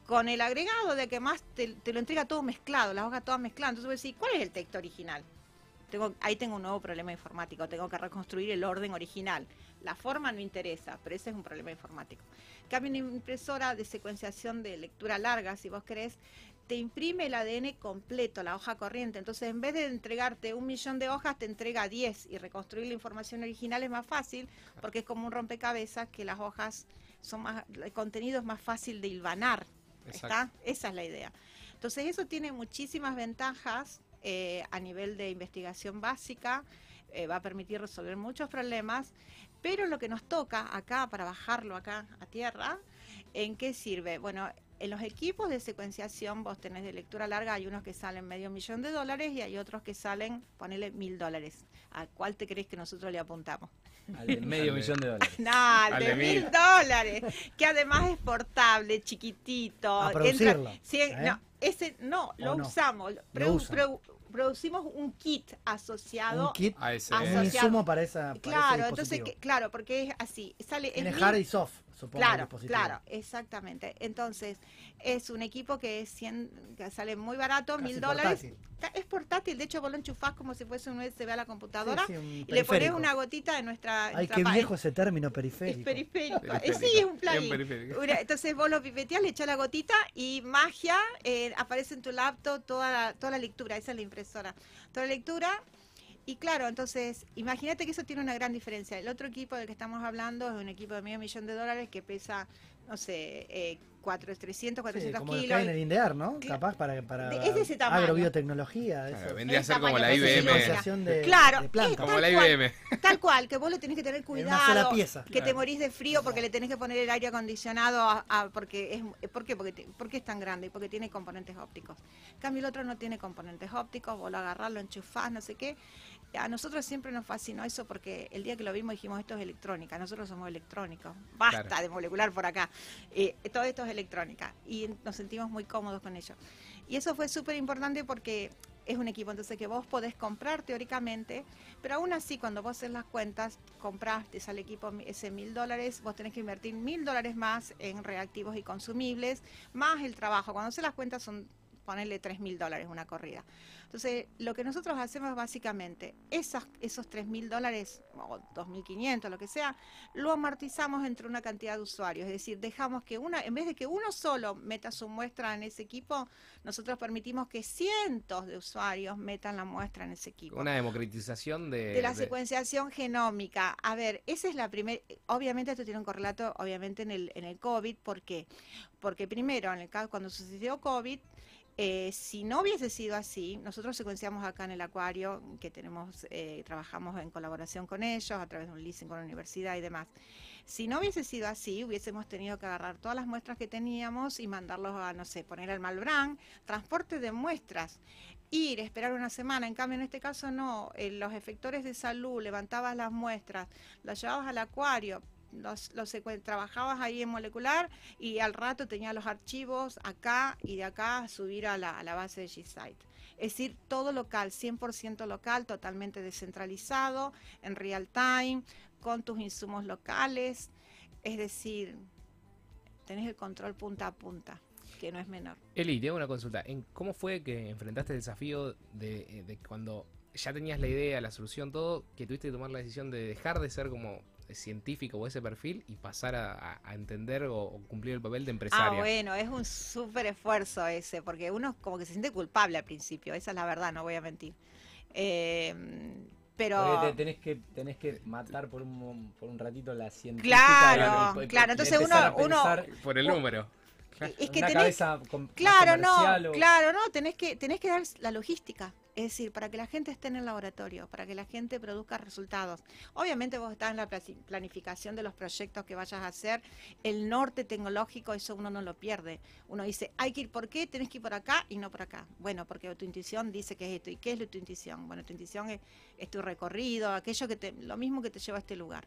con el agregado de que más te, te lo entrega todo mezclado, las hojas todas mezcladas. Entonces vos decís, ¿cuál es el texto original? Tengo, ahí tengo un nuevo problema informático, tengo que reconstruir el orden original. La forma no interesa, pero ese es un problema informático. En cambio, una impresora de secuenciación de lectura larga, si vos querés, te imprime el A D N completo, la hoja corriente. Entonces, en vez de entregarte un millón de hojas, te entrega diez, y reconstruir la información original es más fácil, porque es como un rompecabezas que las hojas son más, el contenido es más fácil de hilvanar. ¿Está? Esa es la idea. Entonces, eso tiene muchísimas ventajas. Eh, a nivel de investigación básica, eh, va a permitir resolver muchos problemas, pero lo que nos toca acá, para bajarlo acá a tierra, ¿en qué sirve? Bueno, en los equipos de secuenciación vos tenés de lectura larga, hay unos que salen medio millón de dólares y hay otros que salen, ponele mil dólares. ¿A cuál te crees que nosotros le apuntamos? Al de medio millón de dólares. No, al, Al de de mil mil. dólares, que además es portable, chiquitito. A producirlo, cien, ¿eh? no, ese no, lo ¿O no? usamos. Lo Produ- usan. produ- producimos un kit asociado. Un kit, A ese, un asociado. insumo para esa para Claro, ese entonces, dispositivo. que- claro, porque es así, sale Tiene es hard mil- y soft, supongo, el Claro, dispositivo. claro, exactamente. Entonces, es un equipo que, es cien, que sale muy barato, Casi mil dólares. portátil. Ta- Es portátil, de hecho vos lo enchufás como si fuese un U S B a la computadora, Sí, sí, un y le pones periférico. una gotita de nuestra... Ay, nuestra qué pa- viejo ese término, Es periférico. periférico. Eh, Periférico. Sí, es un Bien plugin. periférico. Una- Entonces vos lo pipeteás, le echás la gotita y magia, eh, aparece en tu laptop toda la, toda la lectura. Esa es la impresora. Toda la lectura. Y claro, entonces, imagínate que eso tiene una gran diferencia. El otro equipo del que estamos hablando es un equipo de medio millón de dólares que pesa, no sé, eh, cuatro, trescientos, Sí, cuatrocientos como el que kilos. hay en el INDEAR, ¿no? Cla- Capaz para, para De- es de ese tamaño. agrobiotecnología. Claro, Eso. vendría a El ser como tamaño, la ese I B M. sí, Secuenciación de, Claro, de plantas. es Como la Tal cual. I B M. Tal cual, que vos le tenés que tener En cuidado. una sola pieza. Que te Claro. morís de frío porque le tenés que poner el aire acondicionado a, a- porque es ¿por qué? Porque, te- porque es tan grande y porque tiene componentes ópticos. En cambio el otro no tiene componentes ópticos, vos lo agarrás, lo enchufás, no sé qué. A nosotros siempre nos fascinó eso porque el día que lo vimos dijimos esto es electrónica, nosotros somos electrónicos, basta Claro. de molecular por acá, eh, todo esto es electrónica y nos sentimos muy cómodos con ello. Y eso fue súper importante porque es un equipo entonces que vos podés comprar teóricamente, pero aún así cuando vos haces las cuentas, comprás, te sale equipo ese mil dólares, vos tenés que invertir mil dólares más en reactivos y consumibles, más el trabajo. Cuando haces las cuentas son ponerle tres mil dólares una corrida. Entonces, lo que nosotros hacemos es básicamente esas, esos tres mil dólares o dos mil quinientos, lo que sea, lo amortizamos entre una cantidad de usuarios. Es decir, dejamos que una, en vez de que uno solo meta su muestra en ese equipo, nosotros permitimos que cientos de usuarios metan la muestra en ese equipo. Una democratización de, De la de- secuenciación genómica. A ver, esa es la primera. Obviamente esto tiene un correlato, obviamente, en el, en el COVID. ¿Por qué? Porque primero, en el caso cuando sucedió COVID, eh, si no hubiese sido así, nosotros secuenciamos acá en el acuario, que tenemos, eh, trabajamos en colaboración con ellos, a través de un leasing con la universidad y demás. Si no hubiese sido así, hubiésemos tenido que agarrar todas las muestras que teníamos y mandarlos a, no sé, poner al Malbrán, transporte de muestras, ir, esperar una semana. En cambio, en este caso no, eh, los efectores de salud, levantabas las muestras, las llevabas al acuario, los, los secuen- trabajabas ahí en molecular y al rato tenías los archivos acá y de acá subir a la, a la base de G-Site. Es decir, todo local, cien por ciento local, totalmente descentralizado, en real time, con tus insumos locales, es decir, tenés el control punta a punta, que no es menor. Eli, te hago una consulta. ¿En ¿Cómo fue que enfrentaste el desafío de, de cuando ya tenías la idea, la solución, todo, que tuviste que tomar la decisión de dejar de ser como científico o ese perfil y pasar a, a- a entender o, o cumplir el papel de empresaria? Ah, bueno, es un súper esfuerzo ese, porque uno como que se siente culpable al principio, esa es la verdad, no voy a mentir. Eh, pero... Porque te tenés que, tenés que matar por un, por un ratito la científica. Claro, y- y- y claro, entonces empezar uno- a pensar Por el número. Es que una tenés, cabeza com- más claro, no, comercial o- claro, no, tenés que, tenés que dar la logística, es decir, para que la gente esté en el laboratorio, para que la gente produzca resultados. Obviamente vos estás en la plasi- planificación de los proyectos que vayas a hacer, el norte tecnológico, eso uno no lo pierde. Uno dice, hay que ir por qué, tenés que ir por acá y no por acá. Bueno, porque tu intuición dice que es esto. ¿Y qué es tu intuición? Bueno, tu intuición es, es tu recorrido, aquello que te, lo mismo que te lleva a este lugar.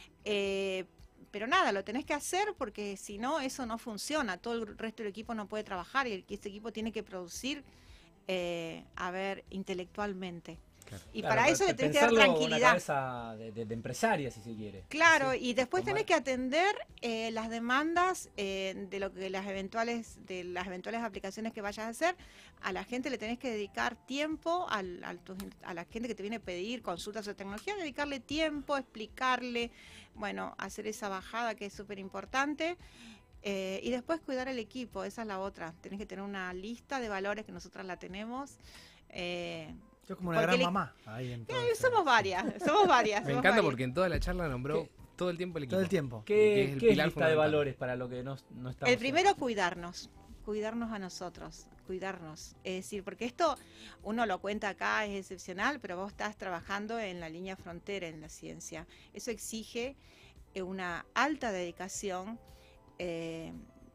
Eh, Pero nada, lo tenés que hacer porque si no, eso no funciona. Todo el resto del equipo no puede trabajar y el- ese equipo tiene que producir, eh, a ver, intelectualmente. Y Claro, para eso pe- le tenés que dar pensarlo con una tranquilidad. cabeza de, de- de empresaria, si se quiere. Claro, Sí. y después Tomar- tenés que atender eh, las demandas eh, de lo que las eventuales de las eventuales aplicaciones que vayas a hacer. A la gente le tenés que dedicar tiempo, al, al tus- a la gente que te viene a pedir consultas de tecnología, dedicarle tiempo, explicarle, bueno, hacer esa bajada que es súper importante. Eh, y después cuidar el equipo, esa es la otra. Tenés que tener una lista de valores que nosotras la tenemos. Eh, Yo como una Porque gran le- mamá. Ahí en todo eh, ese- somos varias, somos varias. Me somos encanta varias. porque en toda la charla nombró todo el tiempo el equipo. Todo el tiempo. que ¿Qué, es el qué es pilar lista de fundamental. valores para lo que no, no estamos? El primero, cuidarnos, cuidarnos a nosotros, cuidarnos. Es decir, porque esto uno lo cuenta acá, es excepcional, pero vos estás trabajando en la línea frontera en la ciencia. Eso exige eh, una alta dedicación eh,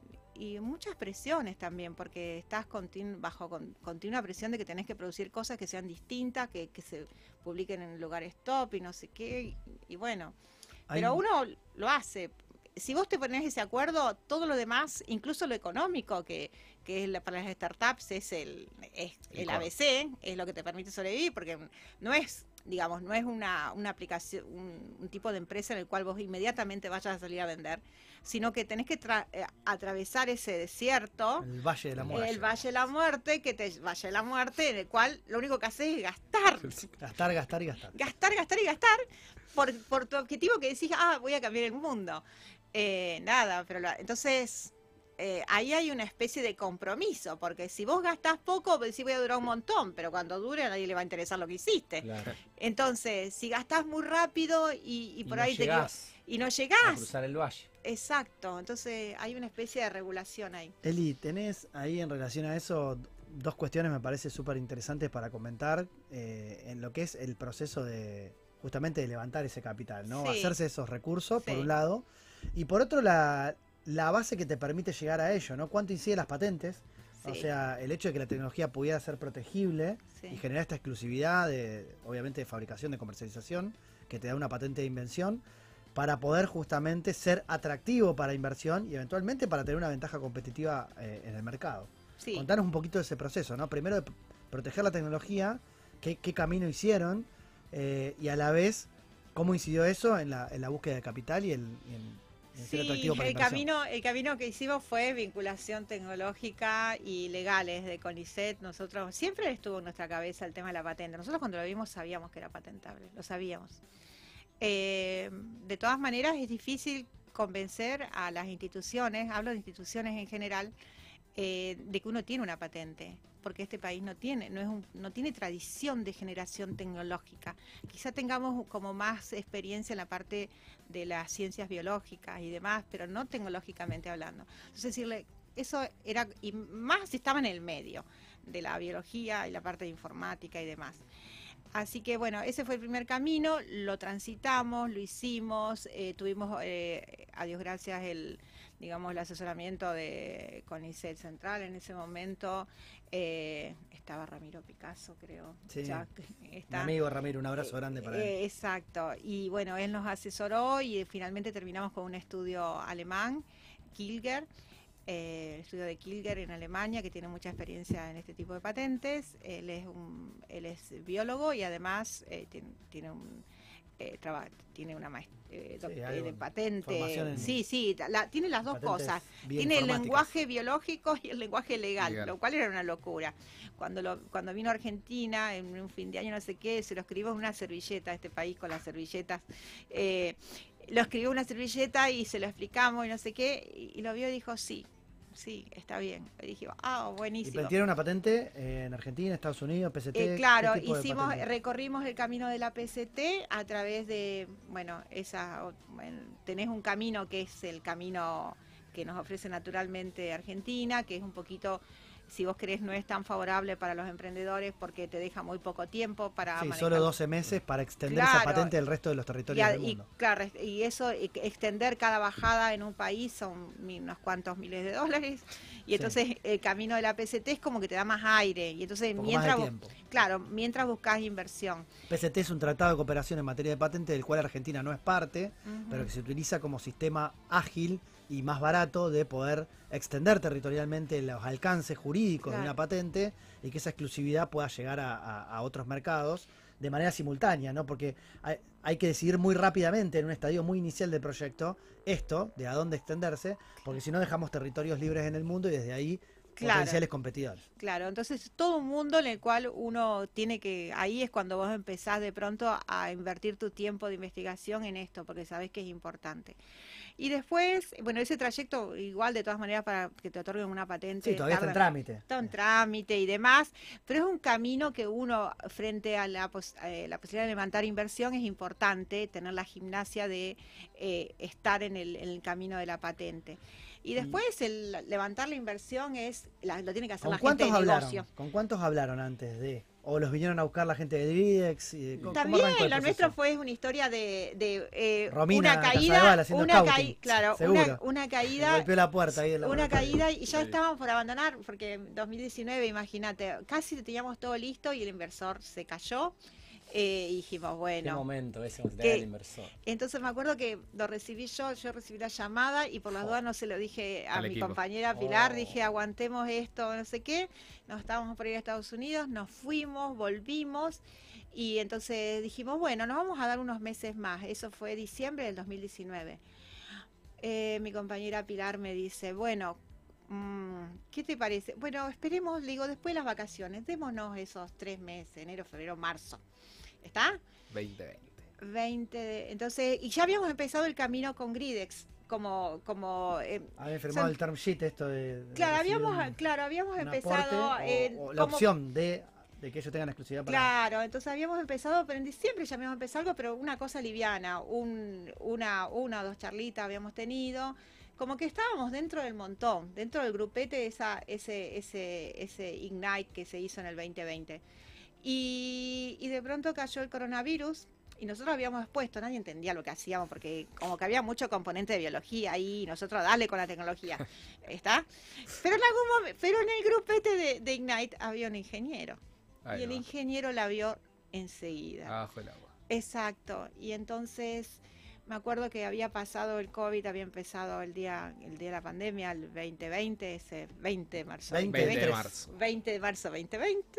y muchas presiones también, porque estás continu- bajo con- continua presión de que tenés que producir cosas que sean distintas, que, que se publiquen en lugares top y no sé qué, y, y bueno. Hay Pero un- uno lo hace. Si vos te ponés ese acuerdo, todo lo demás, incluso lo económico, que, que es la- para las startups es el, es El el core. A B C, es lo que te permite sobrevivir, porque no es, digamos, no es una, una aplicación, un, un tipo de empresa en el cual vos inmediatamente vayas a salir a vender, sino que tenés que tra- eh, atravesar ese desierto, El Valle de la Muerte. el Valle de la Muerte, que te Valle de la Muerte, en el cual lo único que haces es gastar. Gastar, gastar y gastar. gastar, gastar y gastar por, por tu objetivo que decís, ah, voy a cambiar el mundo. Eh, nada, pero la- entonces eh, ahí hay una especie de compromiso, porque si vos gastás poco, pues decís voy a durar un montón, pero cuando dure a nadie le va a interesar lo que hiciste. Claro. Entonces, si gastás muy rápido y, y Y por no ahí te llegás equivo- y no a llegás, cruzar el valle. exacto, entonces hay una especie de regulación ahí. Eli, tenés ahí en relación a eso dos cuestiones me parece súper interesantes para comentar eh, en lo que es el proceso de justamente de levantar ese capital, ¿no? Sí. Hacerse esos recursos, por Sí. un lado, y por otro la, la base que te permite llegar a ello, ¿no? ¿Cuánto incide las patentes? O Sí, sea, el hecho de que la tecnología pudiera ser protegible sí. y generar esta exclusividad de, obviamente, de fabricación, de comercialización, que te da una patente de invención, para poder justamente ser atractivo para inversión y eventualmente para tener una ventaja competitiva eh, en el mercado. Sí. Contanos un poquito de ese proceso, ¿no? Primero de p- proteger la tecnología, qué, qué camino hicieron eh, y a la vez cómo incidió eso en la, en la búsqueda de capital y, el, y en, en ser Sí, atractivo para el inversión. camino, el camino que hicimos fue vinculación tecnológica y legales de CONICET. Nosotros siempre estuvo en nuestra cabeza el tema de la patente. Nosotros cuando lo vimos sabíamos que era patentable, lo sabíamos. Eh, de todas maneras es difícil convencer a las instituciones, hablo de instituciones en general, eh, de que uno tiene una patente, porque este país no tiene, no es un, no tiene tradición de generación tecnológica. Quizá tengamos como más experiencia en la parte de las ciencias biológicas y demás, pero no tecnológicamente hablando. Entonces decirle, eso era, y más si estaba en el medio de la biología y la parte de informática y demás. Así que bueno, ese fue el primer camino, lo transitamos, lo hicimos, eh, tuvimos, eh, a Dios gracias, el, digamos, el asesoramiento de CONICET Central en ese momento. Eh, estaba Ramiro Picasso, creo. Sí. Ya Mi está. amigo Ramiro, un abrazo grande para él. Eh, exacto. Y bueno, él nos asesoró y finalmente terminamos con un estudio alemán, Kilger, eh, el estudio de Kilger en Alemania, que tiene mucha experiencia en este tipo de patentes. Él es un, él es biólogo y además eh, tiene, tiene un eh, traba- tiene una maestría Sí, de algo en patente. formación en Sí, sí, la- tiene las dos patentes cosas. Tiene el bioinformáticas. lenguaje biológico y el lenguaje legal, Legal. lo cual era una locura. Cuando lo, cuando vino a Argentina en un fin de año no sé qué, se lo escribió en una servilleta a este país con las servilletas. Eh, lo escribió en una servilleta y se lo explicamos y no sé qué, y, y lo vio y dijo sí, sí, está bien. Y dije, ah, Y buenísimo. tiene una patente eh, en Argentina, Estados Unidos, P C T. Eh, ¿qué claro, tipo de hicimos, patente? recorrimos el camino de la P C T a través de, bueno, esa, o- bueno, tenés un camino que es el camino que nos ofrece naturalmente Argentina, que es un poquito, si vos querés, no es tan favorable para los emprendedores porque te deja muy poco tiempo para Sí, manejar. solo doce meses para extender esa Claro. patente al resto de los Y, territorios a- del y, mundo. claro, y eso, e- extender cada bajada en un país son mi- unos cuantos miles de dólares. Y Sí. entonces el camino de la P C T es como que te da más aire. Y entonces Un poco mientras más de vos- tiempo. claro, mientras buscas inversión. P C T es un tratado de cooperación en materia de patente del cual Argentina no es parte, Ujú. pero que se utiliza como sistema ágil y más barato de poder extender territorialmente los alcances jurídicos Claro. de una patente y que esa exclusividad pueda llegar a, a- a otros mercados de manera simultánea, ¿no? Porque hay, hay que decidir muy rápidamente en un estadio muy inicial del proyecto esto, de a dónde extenderse, porque si no dejamos territorios libres en el mundo y desde ahí Claro. potenciales competidores. Claro, entonces todo un mundo en el cual uno tiene que, ahí es cuando vos empezás de pronto a invertir tu tiempo de investigación en esto, porque sabés que es importante. Y después, bueno, ese trayecto igual de todas maneras para que te otorguen una patente. Sí, todavía está en trámite. Está en trámite y demás, pero es un camino que uno, frente a la, pos, eh, la posibilidad de levantar inversión, es importante tener la gimnasia de eh, estar en el, en el camino de la patente. Y después el levantar la inversión es la, lo tiene que hacer ¿Con la gente cuántos de hablaron? negocio. ¿Con cuántos hablaron antes de? ¿O los vinieron a buscar la gente de Gridex? Y, ¿cómo, También cómo arrancó el lo proceso? nuestro fue una historia de, de eh, Romina una caída, Casadevall haciendo una scouting, caída, claro, seguro. una, una Me caída, golpeó la puerta ahí del una laboratorio. caída y ya estábamos por abandonar porque en dos mil diecinueve, imagínate, casi teníamos todo listo y el inversor se cayó. Eh, y dijimos, Qué bueno, momento ese donde te que- da el inversor. entonces me acuerdo que lo recibí yo, yo recibí la llamada y por las Oh. dudas no se lo dije a Al mi equipo. compañera Pilar, Oh. dije aguantemos esto, no sé qué, nos estábamos por ir a Estados Unidos, nos fuimos, volvimos y entonces dijimos, bueno, nos vamos a dar unos meses más, eso fue diciembre del dos mil diecinueve. Eh, mi compañera Pilar me dice, bueno, mm, ¿qué te parece? Bueno, esperemos, le digo, después de las vacaciones, démonos esos tres meses, enero, febrero, marzo. ¿Está? veinte veinte. veinte de- entonces, y ya habíamos empezado el camino con Gridex, como, como eh, Habían firmado son- el term sheet esto de... de claro, recibir habíamos, un- claro, habíamos un empezado aporte en o, o la como- opción de, de que ellos tengan exclusividad para... Claro, entonces habíamos empezado, pero en diciembre ya habíamos empezado algo, pero una cosa liviana, un, una, una o dos charlitas habíamos tenido, como que estábamos dentro del montón, dentro del grupete de esa, ese, ese, ese Ignite que se hizo en el veinte veinte. Y, y de pronto cayó el coronavirus y nosotros habíamos expuesto, nadie entendía lo que hacíamos porque como que había mucho componente de biología ahí, y nosotros dale con la tecnología, ¿está? Pero en algún momento, pero en el grupete de, de Ignite había un ingeniero Ahí y el va. ingeniero la vio enseguida. Abajo el agua. Exacto. Y entonces me acuerdo que había pasado el COVID, había empezado el día, el día de la pandemia, el veinte veinte, ese veinte de marzo. veinte, veinte de veintitrés. marzo. veinte de marzo veinte veinte.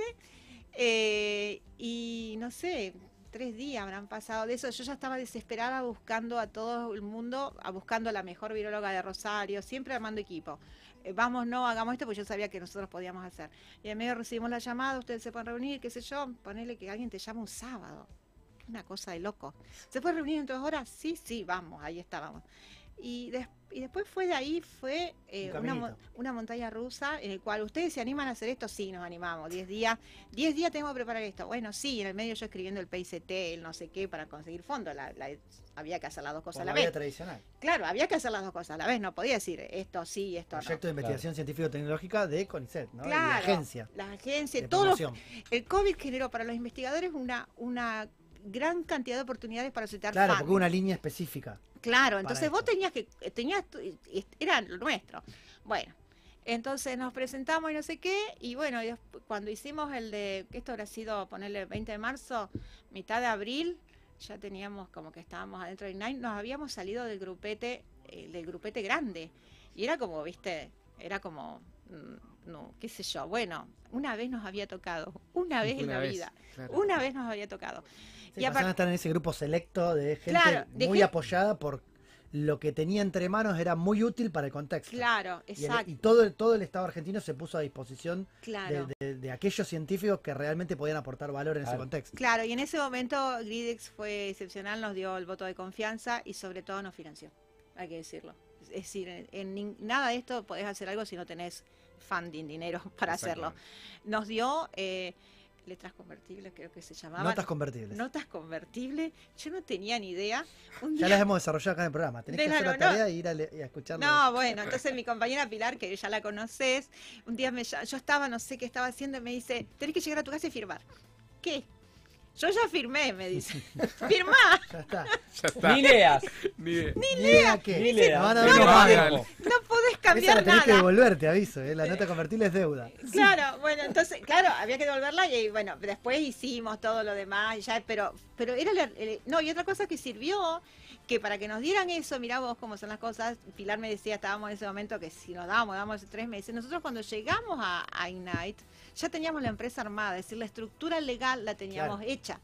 Eh, y no sé, tres días habrán pasado de eso. Yo ya estaba desesperada buscando a todo el mundo, a buscando a la mejor viróloga de Rosario, siempre armando equipo. Eh, vamos, no, hagamos esto, porque yo sabía que nosotros podíamos hacer. Y en medio recibimos la llamada, ustedes se pueden reunir, qué sé yo, ponerle que alguien te llama un sábado. Una cosa de loco. ¿Se puede reunir en dos horas? Sí, sí, vamos, ahí estábamos. Y, des- y después fue de ahí, fue eh, Un una, caminito. mo- una montaña rusa en el cual ustedes se animan a hacer esto, sí, nos animamos. Diez días, diez días tenemos que preparar esto. Bueno, sí, en el medio yo escribiendo el P I C T, el no sé qué, para conseguir fondos. La, la- había que hacer las dos cosas Por a la la vía vez. tradicional. Claro, había que hacer las dos cosas a la vez. No podía decir esto sí, esto Proyecto no. de investigación científico-tecnológica de CONICET, ¿no? Y la Claro, agencia la agencia, de todo lo- promoción. el COVID generó para los investigadores una, una gran cantidad de oportunidades para solicitar Claro, funding. porque hubo una línea específica. Claro, entonces para vos esto. tenías que, tenías, tu- era lo nuestro. Bueno, entonces nos presentamos y no sé qué, y bueno, y despu- cuando hicimos el de, que esto habrá sido ponerle veinte de marzo, mitad de abril, ya teníamos como que estábamos adentro de Ignite, nos habíamos salido del grupete, eh, del grupete grande, y era como, viste, era como, mm, no, qué sé yo, bueno, una vez nos había tocado, una vez en Una la vez, vida, claro. una vez nos había tocado. Sí, Y pasaron apar- a estar en ese grupo selecto de gente Claro, de muy gen- apoyada por lo que tenía entre manos, era muy útil para el contexto. Claro, Y, el- exacto, y todo, el- todo el Estado argentino se puso a disposición claro. de, de- de aquellos científicos que realmente podían aportar valor en ese Claro. contexto. Claro, y en ese momento Gridex fue excepcional, nos dio el voto de confianza y sobre todo nos financió, hay que decirlo. Es decir, en, en nin- nada de esto podés hacer algo si no tenés funding, dinero para hacerlo. Exactamente. Nos dio eh, letras convertibles, creo que se llamaban. Notas convertibles. Notas convertibles. Yo no tenía ni idea. Un Ya día- las hemos desarrollado acá en el programa. Tenés De que la- hacer la no, tarea y ir a, le- y a escucharlo. No, bueno, entonces mi compañera Pilar, que ya la conoces, un día me, ll- yo estaba, no sé qué estaba haciendo, y me dice, tenés que llegar a tu casa y firmar. ¿Qué? Yo ya firmé, me dice. ¿Firmá? Ya está. Ya está. Ni leas. Ni de- Ni idea qué. Ni leas. No van a No, ver no, los no, pagos. no. No podés Esa cambiar la tenés que nada. devolver, te aviso. ¿eh? La nota convertible es deuda. Claro, bueno, entonces, claro, había que devolverla y bueno, después hicimos todo lo demás, y ya, pero, pero era la- el- no, y otra cosa que sirvió, que para que nos dieran eso, mirá vos cómo son las cosas, Pilar me decía, estábamos en ese momento que si nos dábamos, dábamos tres meses, nosotros cuando llegamos a, a Ignite, ya teníamos la empresa armada, es decir, la estructura legal la teníamos Claro. hecha.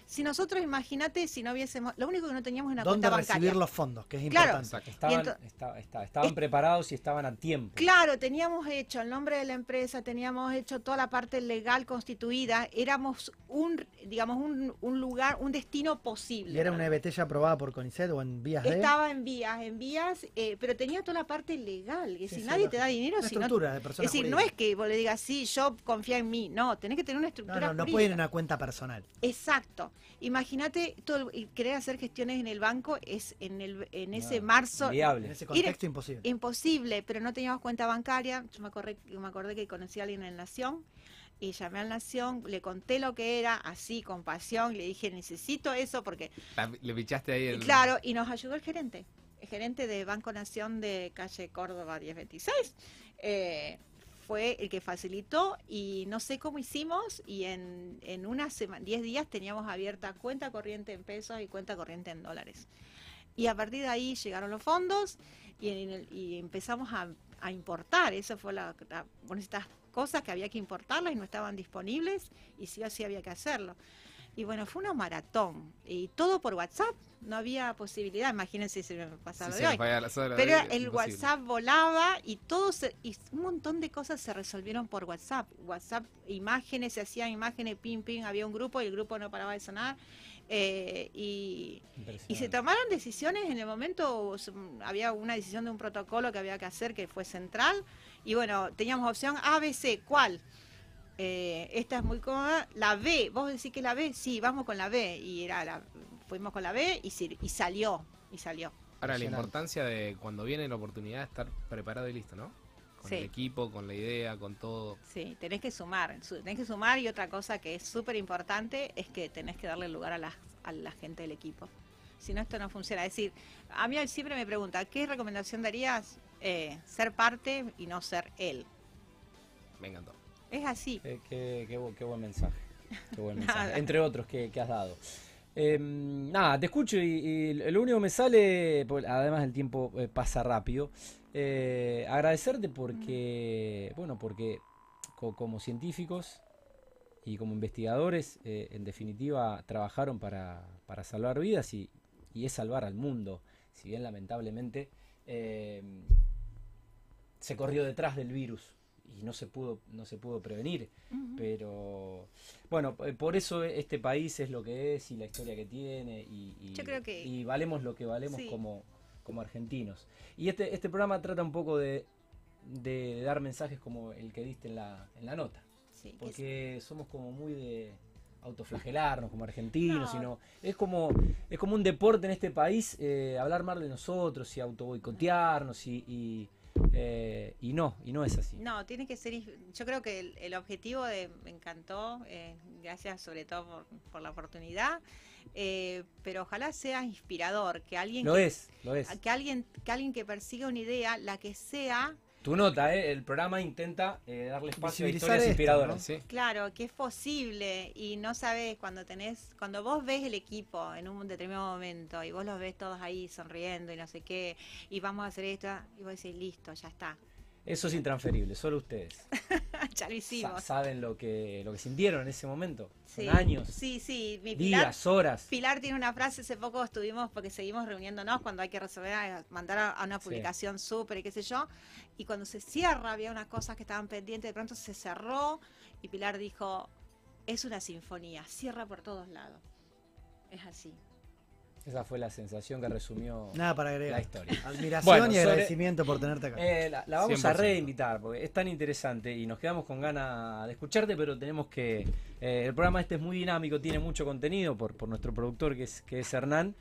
Si nosotros, imagínate, si no hubiésemos, lo único que no teníamos era una ¿Dónde cuenta recibir bancaria. los fondos? Que es Claro. importante. Estaban, ento- esta- esta- estaban preparados y estaban a tiempo. Claro, teníamos hecho el nombre de la empresa, teníamos hecho toda la parte legal constituida, éramos un, digamos, un, un lugar, un destino posible. ¿Y era una E B T ya aprobada por CONICET o en vías de? Estaba en vías, en vías, eh, pero tenía toda la parte legal. Es Sí, decir, sí, nadie lógico. te da dinero Una si no. estructura de persona Es decir, no jurídica. es que vos le digas, sí, yo confía en mí. No, tenés que tener una No, estructura no, no jurídica. puede ir en una cuenta personal. Exacto. Imagínate, todo el- y querer hacer gestiones en el banco es en el en ese No, marzo En inviable. ese contexto imposible. imposible, pero no teníamos cuenta bancaria. Yo me acordé, me acordé que conocí a alguien en Nación y llamé a Nación, le conté lo que era, así, con pasión, le dije, necesito eso porque, La- le pichaste ahí el... claro, y nos ayudó el gerente, el gerente de Banco Nación de calle Córdoba diez veintiséis. Eh, fue el que facilitó y no sé cómo hicimos y en, en unas sema- diez días teníamos abierta cuenta corriente en pesos y cuenta corriente en dólares. Y a partir de ahí llegaron los fondos y, en el- y empezamos a, a importar. Eso fue la, la- bueno, estas cosas que había que importarlas y no estaban disponibles y sí o sí había que hacerlo. Y bueno, fue una maratón y todo por WhatsApp. No había posibilidad, imagínense si me pasaba Sí, lo se de me hoy. falla la sola, Pero imposible. el WhatsApp volaba y todo se, y un montón de cosas se resolvieron por WhatsApp. WhatsApp, imágenes, se hacían imágenes, ping, ping, había un grupo y el grupo no paraba de sonar. Eh, y, y se tomaron decisiones en el momento, s- había una decisión de un protocolo que había que hacer que fue central. Y bueno, teníamos opción A, B, C, ¿cuál? Eh, esta es muy cómoda. La B, vos decís que la B, sí, vamos con la B. Y era la, fuimos con la B y, sir- y salió, y salió. Ahora, la Impresionante. importancia de cuando viene la oportunidad de estar preparado y listo, ¿no? Con Sí. el equipo, con la idea, con todo. Sí, tenés que sumar, su- tenés que sumar y otra cosa que es súper importante es que tenés que darle lugar a la, a la gente del equipo. Si no, esto no funciona. Es decir, a mí siempre me pregunta, ¿qué recomendación darías? Eh, ser parte y no ser él. Me encantó. Es así. Qué, qué- qué bu- qué buen mensaje. Qué buen mensaje. Nada. Entre otros que, que has dado. Eh, nada, te escucho y, y lo único que me sale, pues, además el tiempo eh, pasa rápido, eh, agradecerte porque, bueno, porque co- como científicos y como investigadores, eh, en definitiva, trabajaron para, para salvar vidas y, y es salvar al mundo. Si bien lamentablemente eh, se corrió detrás del virus y no se pudo, no se pudo prevenir. Ujú. Pero bueno, eh, por eso este país es lo que es y la historia que tiene y, y- Yo creo que- y valemos lo que valemos Sí. como, como argentinos. Y este, este programa trata un poco de, de dar mensajes como el que diste en la, en la nota. Sí, que Porque somos como muy de autoflagelarnos como argentinos, No. sino es como es como un deporte en este país, eh, hablar mal de nosotros y autoboicotearnos y, y, eh, y no, y no es así. No, tiene que ser. Yo creo que el, el objetivo de, me encantó, eh, gracias sobre todo por, por la oportunidad, eh, pero ojalá sea inspirador, que alguien Lo que, es, lo es. que alguien que alguien que persiga una idea, la que sea, Tu nota, ¿eh? El programa intenta eh, darle espacio a Visibilizar historias esto, inspiradoras. Sí. claro, que es posible y no sabes cuando tenés, cuando vos ves el equipo en un determinado momento y vos los ves todos ahí sonriendo y no sé qué, y vamos a hacer esto, y vos decís, listo, ya está, Eso es intransferible, solo ustedes ya lo sa- hicimos. saben lo que, lo que sintieron en ese momento. Son Sí, años, sí, sí, mi Pilar, días, horas. Pilar tiene una frase, hace poco estuvimos, porque seguimos reuniéndonos cuando hay que resolver, a- mandar a, a una Sí. publicación súper y qué sé yo, y cuando se cierra había unas cosas que estaban pendientes, de pronto se cerró y Pilar dijo, es una sinfonía, cierra por todos lados. Es así. Esa fue la sensación que resumió Nada para la agregar. historia. Admiración Bueno, y sobre- agradecimiento por tenerte acá. Eh, la, la vamos cien por a ciento. reinvitar porque es tan interesante y nos quedamos con ganas de escucharte, pero tenemos que... eh, el programa este es muy dinámico, tiene mucho contenido por, por nuestro productor que es, que es Hernán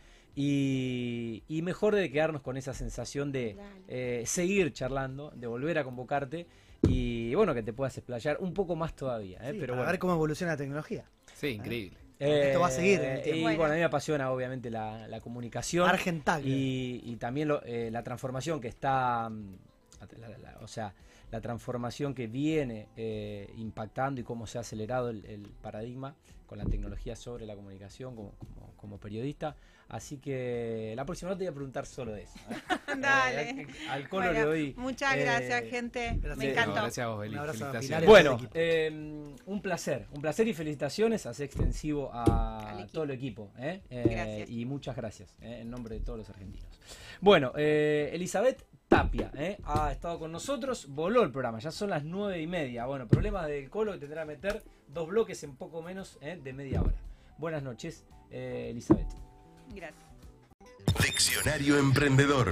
y, y mejor de quedarnos con esa sensación de Dale. eh, seguir charlando, de volver a convocarte y bueno, que te puedas explayar un poco más todavía. ¿eh? Sí, pero para bueno. ver cómo evoluciona la tecnología. Sí, increíble. Porque esto va a seguir en el Eh, tiempo. y Bueno. bueno, a mí me apasiona obviamente la, la comunicación. Argentagle. Y, y también lo- eh, la transformación que está, mm, la- la- la- o sea, la transformación que viene eh, impactando y cómo se ha acelerado el, el paradigma con la tecnología sobre la comunicación, como, como- como periodista. Así que la próxima nota te voy a preguntar solo de eso. ¿eh? Dale. Eh, al Colo Bueno, le doy. muchas eh, gracias, gente. gracias. Me Sí, encantó. No, gracias a vos, Beli. Un abrazo a Felicitaciones. Pilar. Bueno, Equipo. eh, un placer, un placer y felicitaciones, hace extensivo a Al equipo. todo el equipo. ¿eh? Eh, Gracias. Y muchas gracias, ¿eh? En nombre de todos los argentinos. Bueno, eh, Elizabeth Tapia ¿eh? ha estado con nosotros, voló el programa, ya son las nueve y media. Bueno, problemas del Colo que tendrá que meter dos bloques en poco menos ¿eh? de media hora. Buenas noches, eh, Elizabeth. Gracias. Diccionario Emprendedor.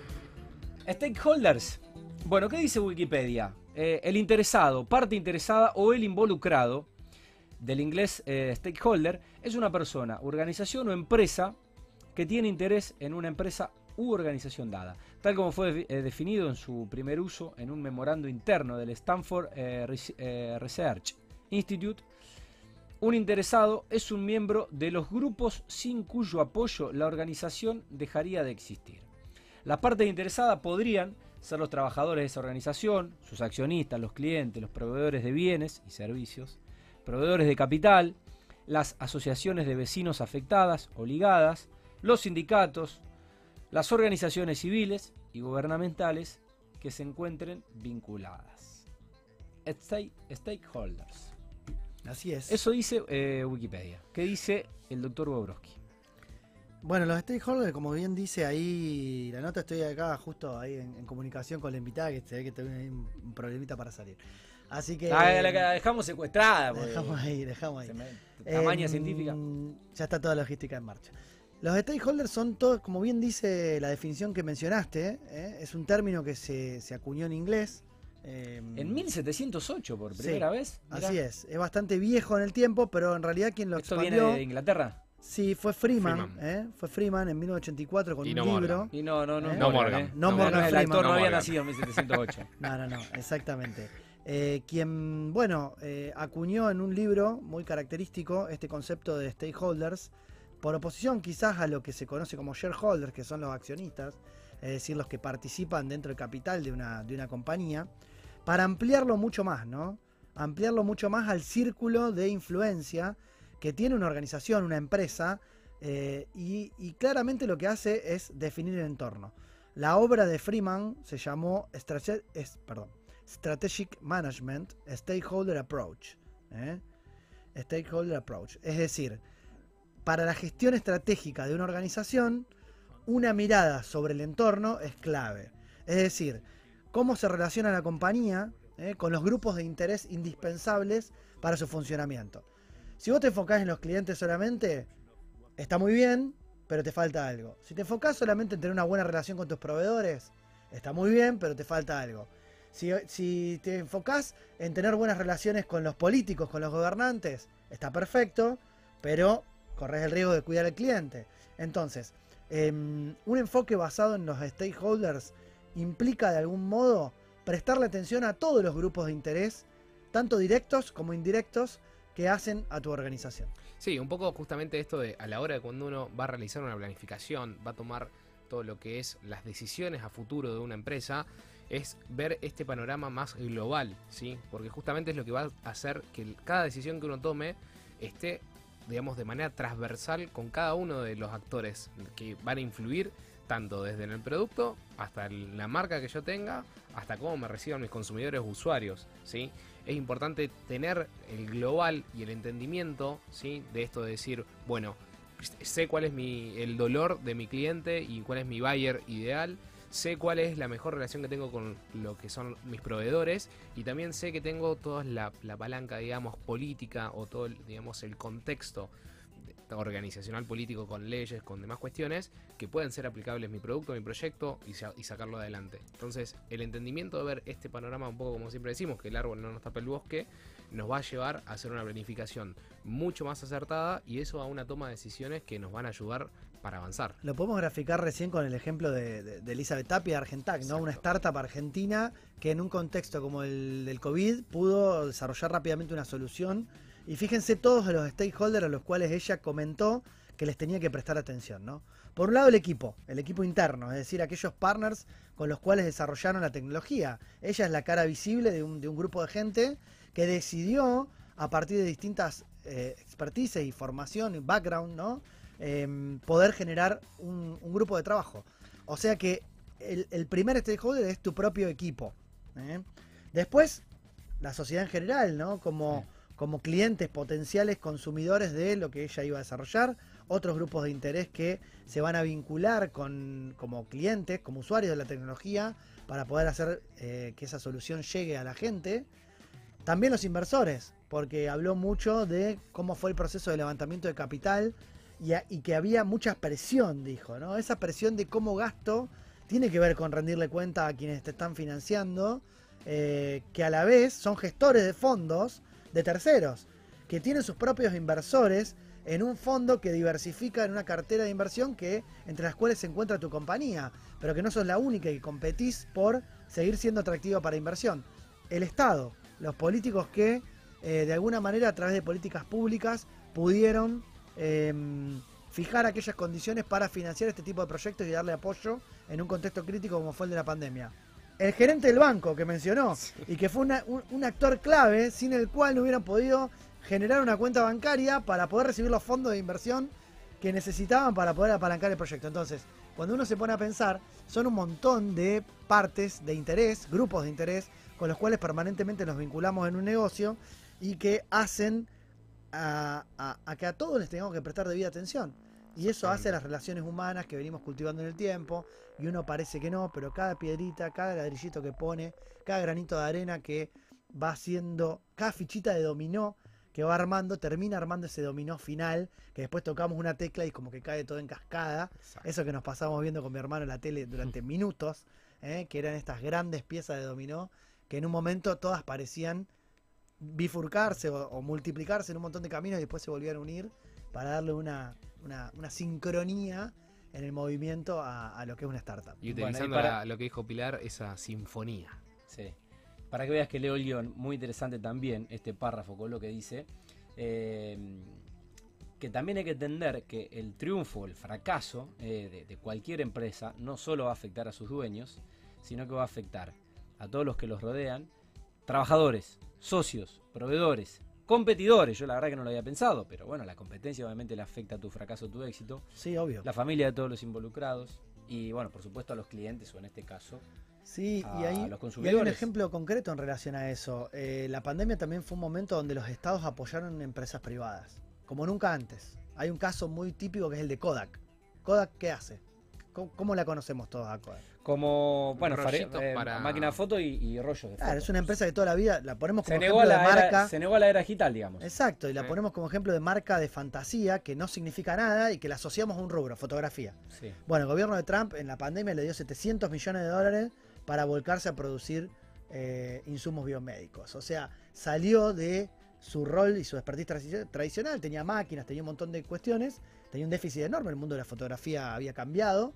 Stakeholders. Bueno, ¿qué dice Wikipedia? Eh, el interesado, parte interesada o el involucrado, del inglés eh, stakeholder, es una persona, organización o empresa que tiene interés en una empresa u organización dada, tal como fue eh, definido en su primer uso en un memorando interno del Stanford eh, eh, Research Institute. Un interesado es un miembro de los grupos sin cuyo apoyo la organización dejaría de existir. Las partes interesadas podrían ser los trabajadores de esa organización, sus accionistas, los clientes, los proveedores de bienes y servicios, proveedores de capital, las asociaciones de vecinos afectadas o ligadas, los sindicatos, las organizaciones civiles y gubernamentales que se encuentren vinculadas. Stake, stakeholders. Así es. Eso dice eh, Wikipedia. ¿Qué dice el doctor Bobrowski? Bueno, los stakeholders, como bien dice ahí la nota, estoy acá justo ahí en, en comunicación con la invitada, que se ve que tiene ahí un, un problemita para salir. Así que... Ah, la, la dejamos secuestrada. la porque- dejamos ahí, dejamos ahí. se me- Tamaña Em, científica. Ya está toda la logística en marcha. Los stakeholders son todos, como bien dice la definición que mencionaste, ¿eh? Es un término que se, se acuñó en inglés. em, En mil setecientos ocho, por sí, primera vez. Mirá. Así es, es bastante viejo en el tiempo, pero en realidad quien lo ¿Esto expandió... viene de Inglaterra? Sí, fue Freeman, Freeman. ¿eh? Fue Freeman en mil novecientos ochenta y cuatro con Y un no libro. Morgan. Y no, no, no. ¿Eh? No Morgan. ¿eh? No Morgan el Freeman. actor no, No había Morgan. nacido en mil setecientos ocho. No, no, no, exactamente. Eh, quien, bueno, eh, acuñó en un libro muy característico este concepto de stakeholders, por oposición quizás a lo que se conoce como shareholders, que son los accionistas, es decir, los que participan dentro del capital de una, de una compañía, para ampliarlo mucho más, ¿no? Ampliarlo mucho más al círculo de influencia que tiene una organización, una empresa, eh, y, y claramente lo que hace es definir el entorno. La obra de Freeman se llamó Strate- es, perdón, Strategic Management Stakeholder Approach. ¿eh? Stakeholder Approach. Es decir, para la gestión estratégica de una organización, una mirada sobre el entorno es clave. Es decir, cómo se relaciona la compañía ¿eh? con los grupos de interés indispensables para su funcionamiento. Si vos te enfocás en los clientes solamente, está muy bien, pero te falta algo. Si te enfocás solamente en tener una buena relación con tus proveedores, está muy bien, pero te falta algo. Si, si te enfocás en tener buenas relaciones con los políticos, con los gobernantes, está perfecto, pero corres el riesgo de cuidar al cliente. Entonces, eh, un enfoque basado en los stakeholders implica de algún modo prestarle atención a todos los grupos de interés, tanto directos como indirectos, que hacen a tu organización. Sí, un poco justamente esto de a la hora de cuando uno va a realizar una planificación, va a tomar todo lo que es las decisiones a futuro de una empresa, es ver este panorama más global, ¿sí? Porque justamente es lo que va a hacer que cada decisión que uno tome esté, digamos, de manera transversal con cada uno de los actores que van a influir tanto desde en el producto hasta la marca que yo tenga, hasta cómo me reciban mis consumidores o usuarios, ¿sí? Es importante tener el global y el entendimiento, ¿sí? De esto de decir, bueno, sé cuál es mi, el dolor de mi cliente y cuál es mi buyer ideal, sé cuál es la mejor relación que tengo con lo que son mis proveedores y también sé que tengo toda la, la palanca, digamos, política o todo, el, digamos, el contexto organizacional político con leyes, con demás cuestiones que pueden ser aplicables a mi producto, a mi proyecto y, sa- y sacarlo adelante. Entonces, el entendimiento de ver este panorama un poco como siempre decimos, que el árbol no nos tapa el bosque, nos va a llevar a hacer una planificación mucho más acertada y eso a una toma de decisiones que nos van a ayudar para avanzar. Lo podemos graficar recién con el ejemplo de, de, de Elizabeth Tapia de Argentac, ¿no? Exacto. Una startup argentina que en un contexto como el del COVID pudo desarrollar rápidamente una solución. Y fíjense todos los stakeholders a los cuales ella comentó que les tenía que prestar atención, ¿no? Por un lado el equipo, el equipo interno, es decir, aquellos partners con los cuales desarrollaron la tecnología. Ella es la cara visible de un, de un grupo de gente que decidió, a partir de distintas eh, expertices y formación y background, ¿no? eh, poder generar un, un grupo de trabajo. O sea que el, el primer stakeholder es tu propio equipo. ¿eh? Después, la sociedad en general, ¿no? Como, sí. como clientes potenciales consumidores de lo que ella iba a desarrollar, otros grupos de interés que se van a vincular con, como clientes, como usuarios de la tecnología, para poder hacer eh, que esa solución llegue a la gente. También los inversores, porque habló mucho de cómo fue el proceso de levantamiento de capital y, a, y que había mucha presión, dijo, ¿no? Esa presión de cómo gasto tiene que ver con rendirle cuenta a quienes te están financiando, eh, que a la vez son gestores de fondos de terceros, que tienen sus propios inversores en un fondo que diversifica en una cartera de inversión que entre las cuales se encuentra tu compañía, pero que no sos la única y competís por seguir siendo atractiva para inversión. El Estado, los políticos que eh, de alguna manera a través de políticas públicas pudieron eh, fijar aquellas condiciones para financiar este tipo de proyectos y darle apoyo en un contexto crítico como fue el de la pandemia. El gerente del banco que mencionó, sí. y que fue una, un, un actor clave sin el cual no hubieran podido generar una cuenta bancaria para poder recibir los fondos de inversión que necesitaban para poder apalancar el proyecto. Entonces, cuando uno se pone a pensar, son un montón de partes de interés, grupos de interés, con los cuales permanentemente nos vinculamos en un negocio y que hacen a, a, a que a todos les tengamos que prestar debida atención. Y eso hace las relaciones humanas que venimos cultivando en el tiempo, y uno parece que no, pero cada piedrita, cada ladrillito que pone, cada granito de arena que va haciendo, cada fichita de dominó que va armando, termina armando ese dominó final, que después tocamos una tecla y como que cae todo en cascada. Exacto. Eso que nos pasamos viendo con mi hermano en la tele durante minutos, ¿eh? que eran estas grandes piezas de dominó, que en un momento todas parecían bifurcarse o, o multiplicarse en un montón de caminos y después se volvían a unir para darle una, una, una sincronía en el movimiento a, a lo que es una startup. Y utilizando bueno, y para... la, lo que dijo Pilar, esa sinfonía. Sí. Para que veas que leo el guión, muy interesante también este párrafo con lo que dice, eh, que también hay que entender que el triunfo, el fracaso eh, de, de cualquier empresa no solo va a afectar a sus dueños, sino que va a afectar a todos los que los rodean, trabajadores, socios, proveedores, competidores. Yo la verdad que no lo había pensado, pero bueno, la competencia obviamente le afecta a tu fracaso, a tu éxito. Sí, obvio. La familia de todos los involucrados y bueno, por supuesto a los clientes o en este caso sí, a y ahí, los consumidores. Y hay un ejemplo concreto en relación a eso. Eh, la pandemia también fue un momento donde los estados apoyaron empresas privadas, como nunca antes. Hay un caso muy típico que es el de Kodak. ¿Kodak qué hace? ¿Cómo, cómo la conocemos todos a Kodak? Como, bueno, fare, eh, para... máquina de foto y, y rollos de foto. Claro, es una empresa que toda la vida la ponemos como se ejemplo de marca. Era, se negó a la era digital, digamos. Exacto, y la sí. ponemos como ejemplo de marca de fantasía que no significa nada y que la asociamos a un rubro, fotografía. Sí. Bueno, el gobierno de Trump en la pandemia le dio setecientos millones de dólares para volcarse a producir eh, insumos biomédicos. O sea, salió de su rol y su expertise tra tradicional, tenía máquinas, tenía un montón de cuestiones, tenía un déficit enorme, el mundo de la fotografía había cambiado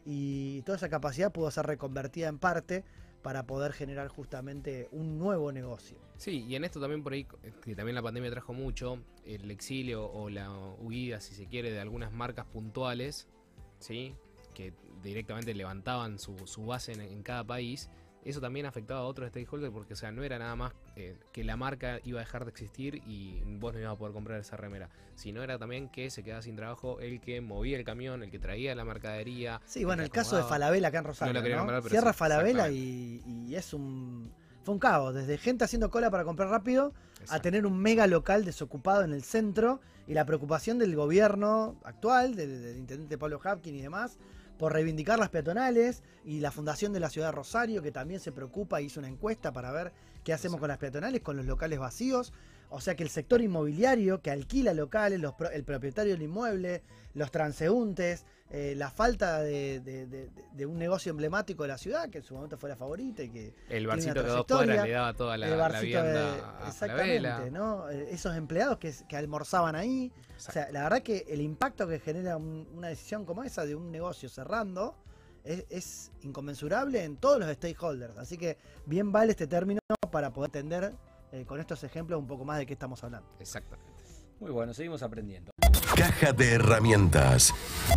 y toda esa capacidad pudo ser reconvertida en parte para poder generar justamente un nuevo negocio. Sí, y en esto también por ahí, que también la pandemia trajo mucho, el exilio o la huida, si se quiere, de algunas marcas puntuales, ¿sí? Que directamente levantaban su, su base en, en cada país. Eso también afectaba a otros stakeholders porque, o sea, no era nada más eh, que la marca iba a dejar de existir y vos no ibas a poder comprar esa remera, sino era también que se quedaba sin trabajo el que movía el camión, el que traía la mercadería. Sí, bueno, el, el caso de Falabella acá en Rosario, no, ¿no? Nombrar, cierra sí, Falabella y, y es un... Fue un caos, desde gente haciendo cola para comprar rápido Exacto. a tener un mega local desocupado en el centro y la preocupación del gobierno actual, del, del intendente Pablo Hapkin y demás, por reivindicar las peatonales, y la fundación de la ciudad de Rosario, que también se preocupa, hizo una encuesta para ver qué hacemos sí. con las peatonales, con los locales vacíos. O sea que el sector inmobiliario que alquila locales, los, el propietario del inmueble, los transeúntes, eh, la falta de, de, de, de un negocio emblemático de la ciudad, que en su momento fue la favorita y que el barcito que dos cuadras le daba toda la, la vianda de, a exactamente, la vela. ¿no? Esos empleados que, que almorzaban ahí. Exacto. O sea, la verdad que el impacto que genera un, una decisión como esa de un negocio cerrando es, es inconmensurable en todos los stakeholders. Así que bien vale este término para poder entender eh, con estos ejemplos un poco más de qué estamos hablando. Exactamente. Muy bueno, seguimos aprendiendo. Caja de herramientas.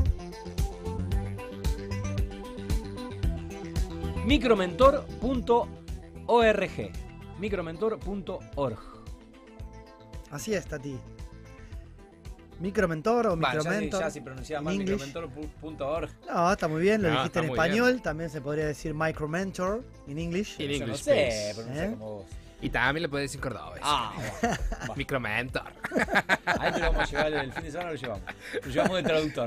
Micromentor punto org. Micromentor punto org. Así es, Tati. Micromentor o Va, ya, si- Micromentor. ya si pronunciaba mal en English. micromentor punto org. No, está muy bien, lo No, dijiste está en muy español. También se podría decir Micromentor en English. En Yo no English, sé please. pronunciar ¿Eh? como vos. Y también le puedes decir cordobés. Ah, bueno. Va. Micromentor. Ahí te lo vamos a llevar el fin de semana, lo llevamos. Lo llevamos de traductor.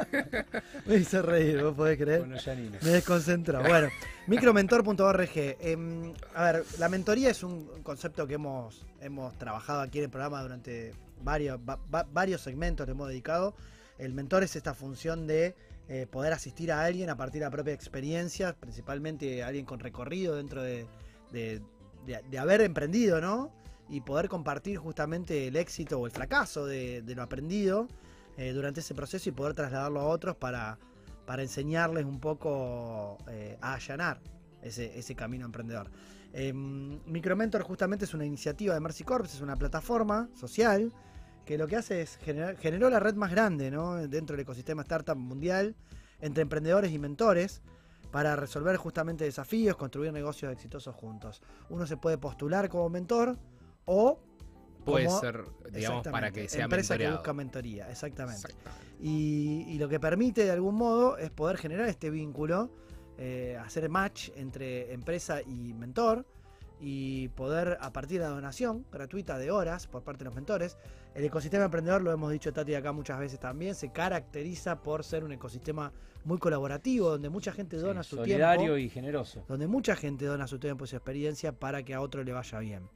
Me hice reír, ¿vos podés creer? Bueno, Janino. Me desconcentró. Bueno, micromentor punto org. Eh, a ver, la mentoría es un concepto que hemos, hemos trabajado aquí en el programa durante varios, va- va- varios segmentos, le hemos dedicado. El mentor es esta función de eh, poder asistir a alguien a partir de la propia experiencia, principalmente alguien con recorrido dentro de, de, de- de haber emprendido, ¿no? Y poder compartir justamente el éxito o el fracaso de, de lo aprendido eh, durante ese proceso y poder trasladarlo a otros para, para enseñarles un poco eh, a allanar ese, ese camino emprendedor. Eh, Micromentor justamente es una iniciativa de Mercy Corps, es una plataforma social que lo que hace es generar, generó la red más grande, ¿no? Dentro del ecosistema startup mundial entre emprendedores y mentores para resolver justamente desafíos, construir negocios exitosos juntos. Uno se puede postular como mentor o Puede como- ser, digamos, para que exactamente, sea empresa que mentoreado. busca mentoría, exactamente. Exactamente. Y, y lo que permite de algún modo es poder generar este vínculo, eh, hacer match entre empresa y mentor y poder, a partir de la donación gratuita de horas por parte de los mentores, el ecosistema emprendedor, lo hemos dicho Tati acá muchas veces también, se caracteriza por ser un ecosistema muy colaborativo, donde mucha gente dona Sí, su solidario tiempo, y generoso. donde mucha gente dona su tiempo y su experiencia para que a otro le vaya bien.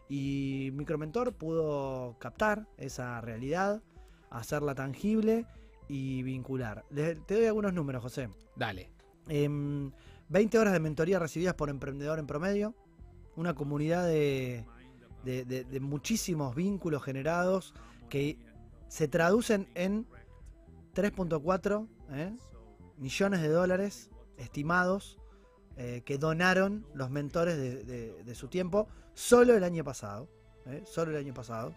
Y Micromentor pudo captar esa realidad, hacerla tangible y vincular. Le- te doy algunos números, José. Dale. Em, veinte horas de mentoría recibidas por emprendedor en promedio, una comunidad de, de- de- de muchísimos vínculos generados que se traducen en tres punto cuatro ¿eh? millones de dólares estimados eh, que donaron los mentores de, de- de su tiempo solo el año pasado. ¿eh? Solo el año pasado.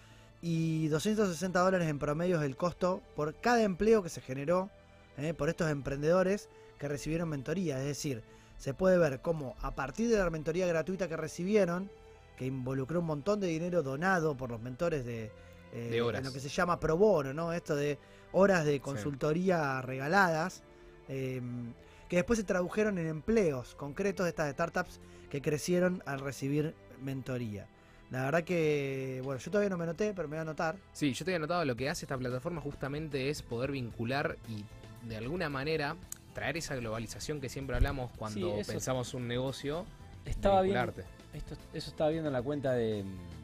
Y doscientos sesenta dólares en promedio es el costo por cada empleo que se generó ¿eh? por estos emprendedores que recibieron mentoría. Es decir, se puede ver cómo a partir de la mentoría gratuita que recibieron, que involucró un montón de dinero donado por los mentores de, eh, De horas. en lo que se llama pro bono, ¿no? Esto de horas de consultoría regaladas, eh, que después se tradujeron en empleos concretos de estas startups que crecieron al recibir mentoría. La verdad que, bueno, yo todavía no me anoté, pero me voy a anotar. Sí, yo te había notado, lo que hace esta plataforma justamente es poder vincular y de alguna manera traer esa globalización que siempre hablamos cuando Sí, eso- pensamos un negocio. Estaba viendo, vincularte. esto, eso estaba viendo en la cuenta de.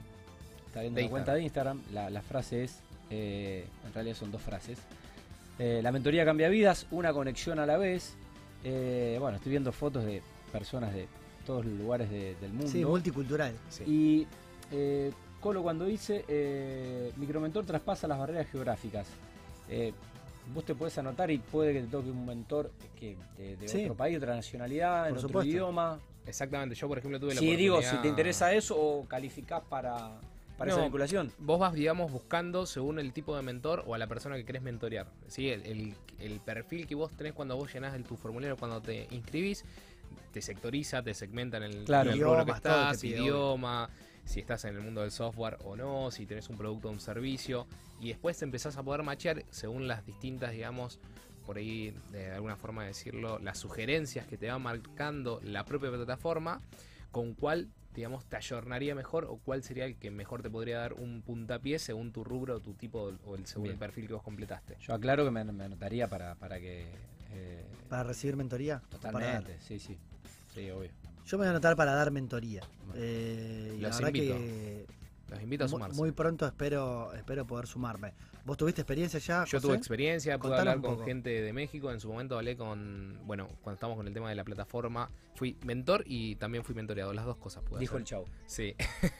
Estaba viendo De en la cuenta de Instagram. La, la frase es. eh, en realidad son dos frases. Eh, la mentoría cambia vidas, una conexión a la vez. Eh, bueno, estoy viendo fotos de personas de todos los lugares de- del mundo. Sí, multicultural. Sí. Y eh, Colo cuando dice eh, Micromentor traspasa las barreras geográficas. Eh, vos te podés anotar y puede que te toque un mentor que de, de Sí. otro país, otra nacionalidad, en Por otro supuesto. idioma. Exactamente, yo por ejemplo tuve la Si digo, oportunidad... si te interesa eso o calificás para, para esa No. vinculación. Vos vas, digamos, buscando según el tipo de mentor o a la persona que querés mentorear. ¿Sí? El, el- el perfil que vos tenés cuando vos llenás el, tu formulario, cuando te inscribís, te sectoriza, te segmenta en el, Claro. en el rubro que Idiomas, todo estás, te pide, idioma, si estás en el mundo del software o no, si tenés un producto o un servicio. Y después te empezás a poder machear según las distintas, digamos, por ahí de alguna forma decirlo, las sugerencias que te va marcando la propia plataforma, con cuál, digamos, te ayornaría mejor o cuál sería el que mejor te podría dar un puntapié según tu rubro o tu tipo o el, según Bien. el perfil que vos completaste. Yo aclaro que me, me anotaría para, para que. eh, Para recibir mentoría. o para dar. totalmente, sí, sí. Sí, obvio. Yo me voy a anotar para dar mentoría. Bueno. Eh, y la Los verdad invito. que Los invito a mu- sumarse. muy pronto espero, espero poder sumarme. ¿Vos tuviste experiencia ya? Yo José? tuve experiencia, pude Contanos hablar un con poco. gente de México. En su momento hablé con, bueno, cuando estábamos con el tema de la plataforma, fui mentor y también fui mentoreado. Las dos cosas pude Dijo hacer. el chavo. Sí.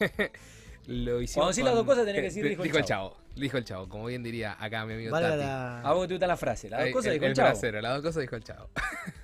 Lo hicimos Cuando decís las con- dos cosas tenés que decir Eh, dijo el el chavo. Dijo el chavo, como bien diría acá mi amigo Valga Tati. la- A vos te gusta la frase. Las dos Eh, cosas el, dijo el el chavo. bracero, las dos cosas dijo el chavo.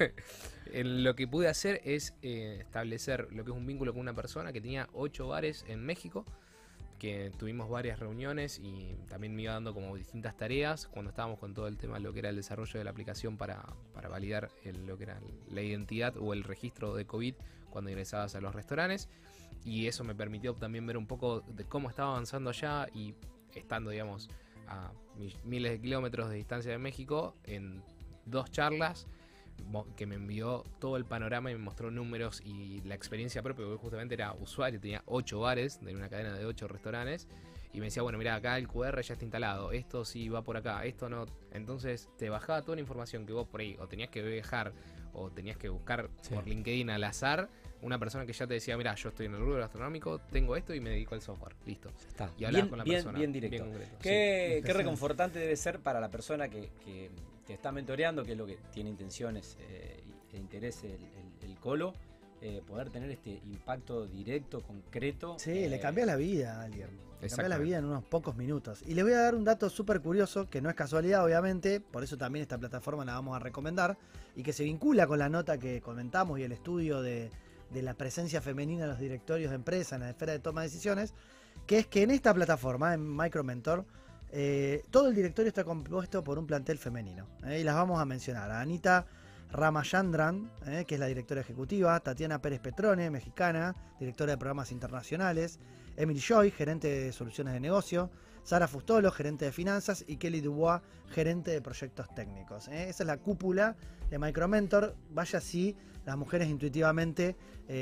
En lo que pude hacer es eh, establecer lo que es un vínculo con una persona que tenía ocho bares en México, que tuvimos varias reuniones y también me iba dando como distintas tareas cuando estábamos con todo el tema de lo que era el desarrollo de la aplicación para, para validar el- lo que era la identidad o el registro de COVID cuando ingresabas a los restaurantes, y eso me permitió también ver un poco de cómo estaba avanzando allá y estando, digamos, a mi- miles de kilómetros de distancia de México en dos charlas, mo- que me envió todo el panorama y me mostró números y la experiencia propia, porque justamente era usuario, tenía ocho bares, de una cadena de ocho restaurantes, y me decía, bueno, mira, acá el Q R ya está instalado, esto sí va por acá, esto no. Entonces te bajaba toda la información que vos por ahí o tenías que viajar o tenías que buscar Sí. por LinkedIn al azar, una persona que ya te decía, mira, yo estoy en el rubro gastronómico, tengo esto y me dedico al software, listo. Ya está. Y hablabas Bien, con la bien, persona. bien directo. concreto, Qué, qué Impresionante. reconfortante debe ser para la persona que, que te está mentoreando, que es lo que tiene intenciones eh, e interés el, el- el Colo, eh, poder tener este impacto directo, concreto. Sí, eh, le cambia la vida a alguien. Le cambia la Exactamente. vida en unos pocos minutos. Y les voy a dar un dato súper curioso, que no es casualidad, obviamente, por eso también esta plataforma la vamos a recomendar, y que se vincula con la nota que comentamos y el estudio de, de la presencia femenina en los directorios de empresa, en la esfera de toma de decisiones, que es que en esta plataforma, en Micromentor, eh, todo el directorio está compuesto por un plantel femenino. eh, y las vamos a mencionar. A Anita Ramachandran, eh, que es la directora ejecutiva, Tatiana Pérez Petrone, mexicana, directora de programas internacionales, Emily Joy, gerente de soluciones de negocio, Sara Fustolo, gerente de finanzas, y Kelly Dubois, gerente de proyectos técnicos. eh. Esa es la cúpula de Micromentor. Vaya si las mujeres intuitivamente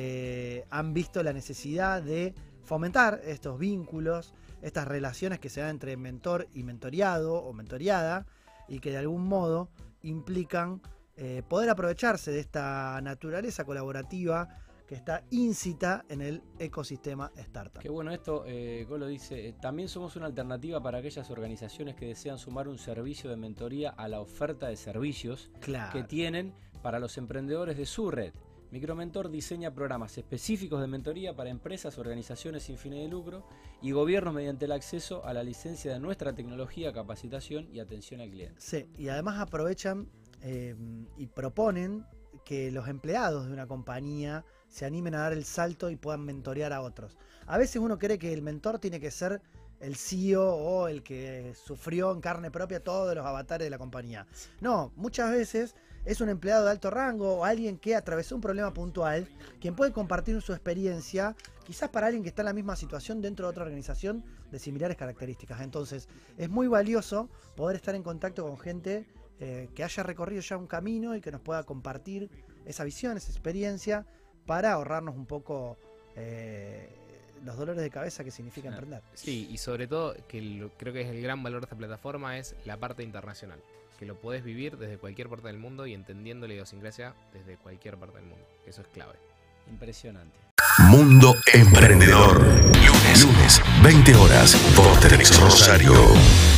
eh, han visto la necesidad de fomentar estos vínculos, estas relaciones que se dan entre mentor y mentoreado o mentoreada, y que de algún modo implican eh, poder aprovecharse de esta naturaleza colaborativa que está íncita en el ecosistema startup. Qué bueno esto, eh, Colo dice, eh, también somos una alternativa para aquellas organizaciones que desean sumar un servicio de mentoría a la oferta de servicios Claro. que tienen para los emprendedores de su red. Micromentor diseña programas específicos de mentoría para empresas, organizaciones sin fines de lucro y gobiernos mediante el acceso a la licencia de nuestra tecnología, capacitación y atención al cliente. Sí, y además aprovechan eh, y proponen que los empleados de una compañía se animen a dar el salto y puedan mentorear a otros. A veces uno cree que el mentor tiene que ser el C E O o el que sufrió en carne propia todos los avatares de la compañía. No, muchas veces es un empleado de alto rango o alguien que atravesó un problema puntual, quien puede compartir su experiencia, quizás para alguien que está en la misma situación dentro de otra organización de similares características. Entonces, es muy valioso poder estar en contacto con gente eh, que haya recorrido ya un camino y que nos pueda compartir esa visión, esa experiencia, para ahorrarnos un poco eh, los dolores de cabeza que significa emprender. Sí, y sobre todo, que lo- creo que es el gran valor de esta plataforma, es la parte internacional. Que lo podés vivir desde cualquier parte del mundo y entendiendo la idiosincrasia desde cualquier parte del mundo. Eso es clave. Impresionante. Mundo Emprendedor. Lunes, lunes, veinte horas, Vortex Rosario.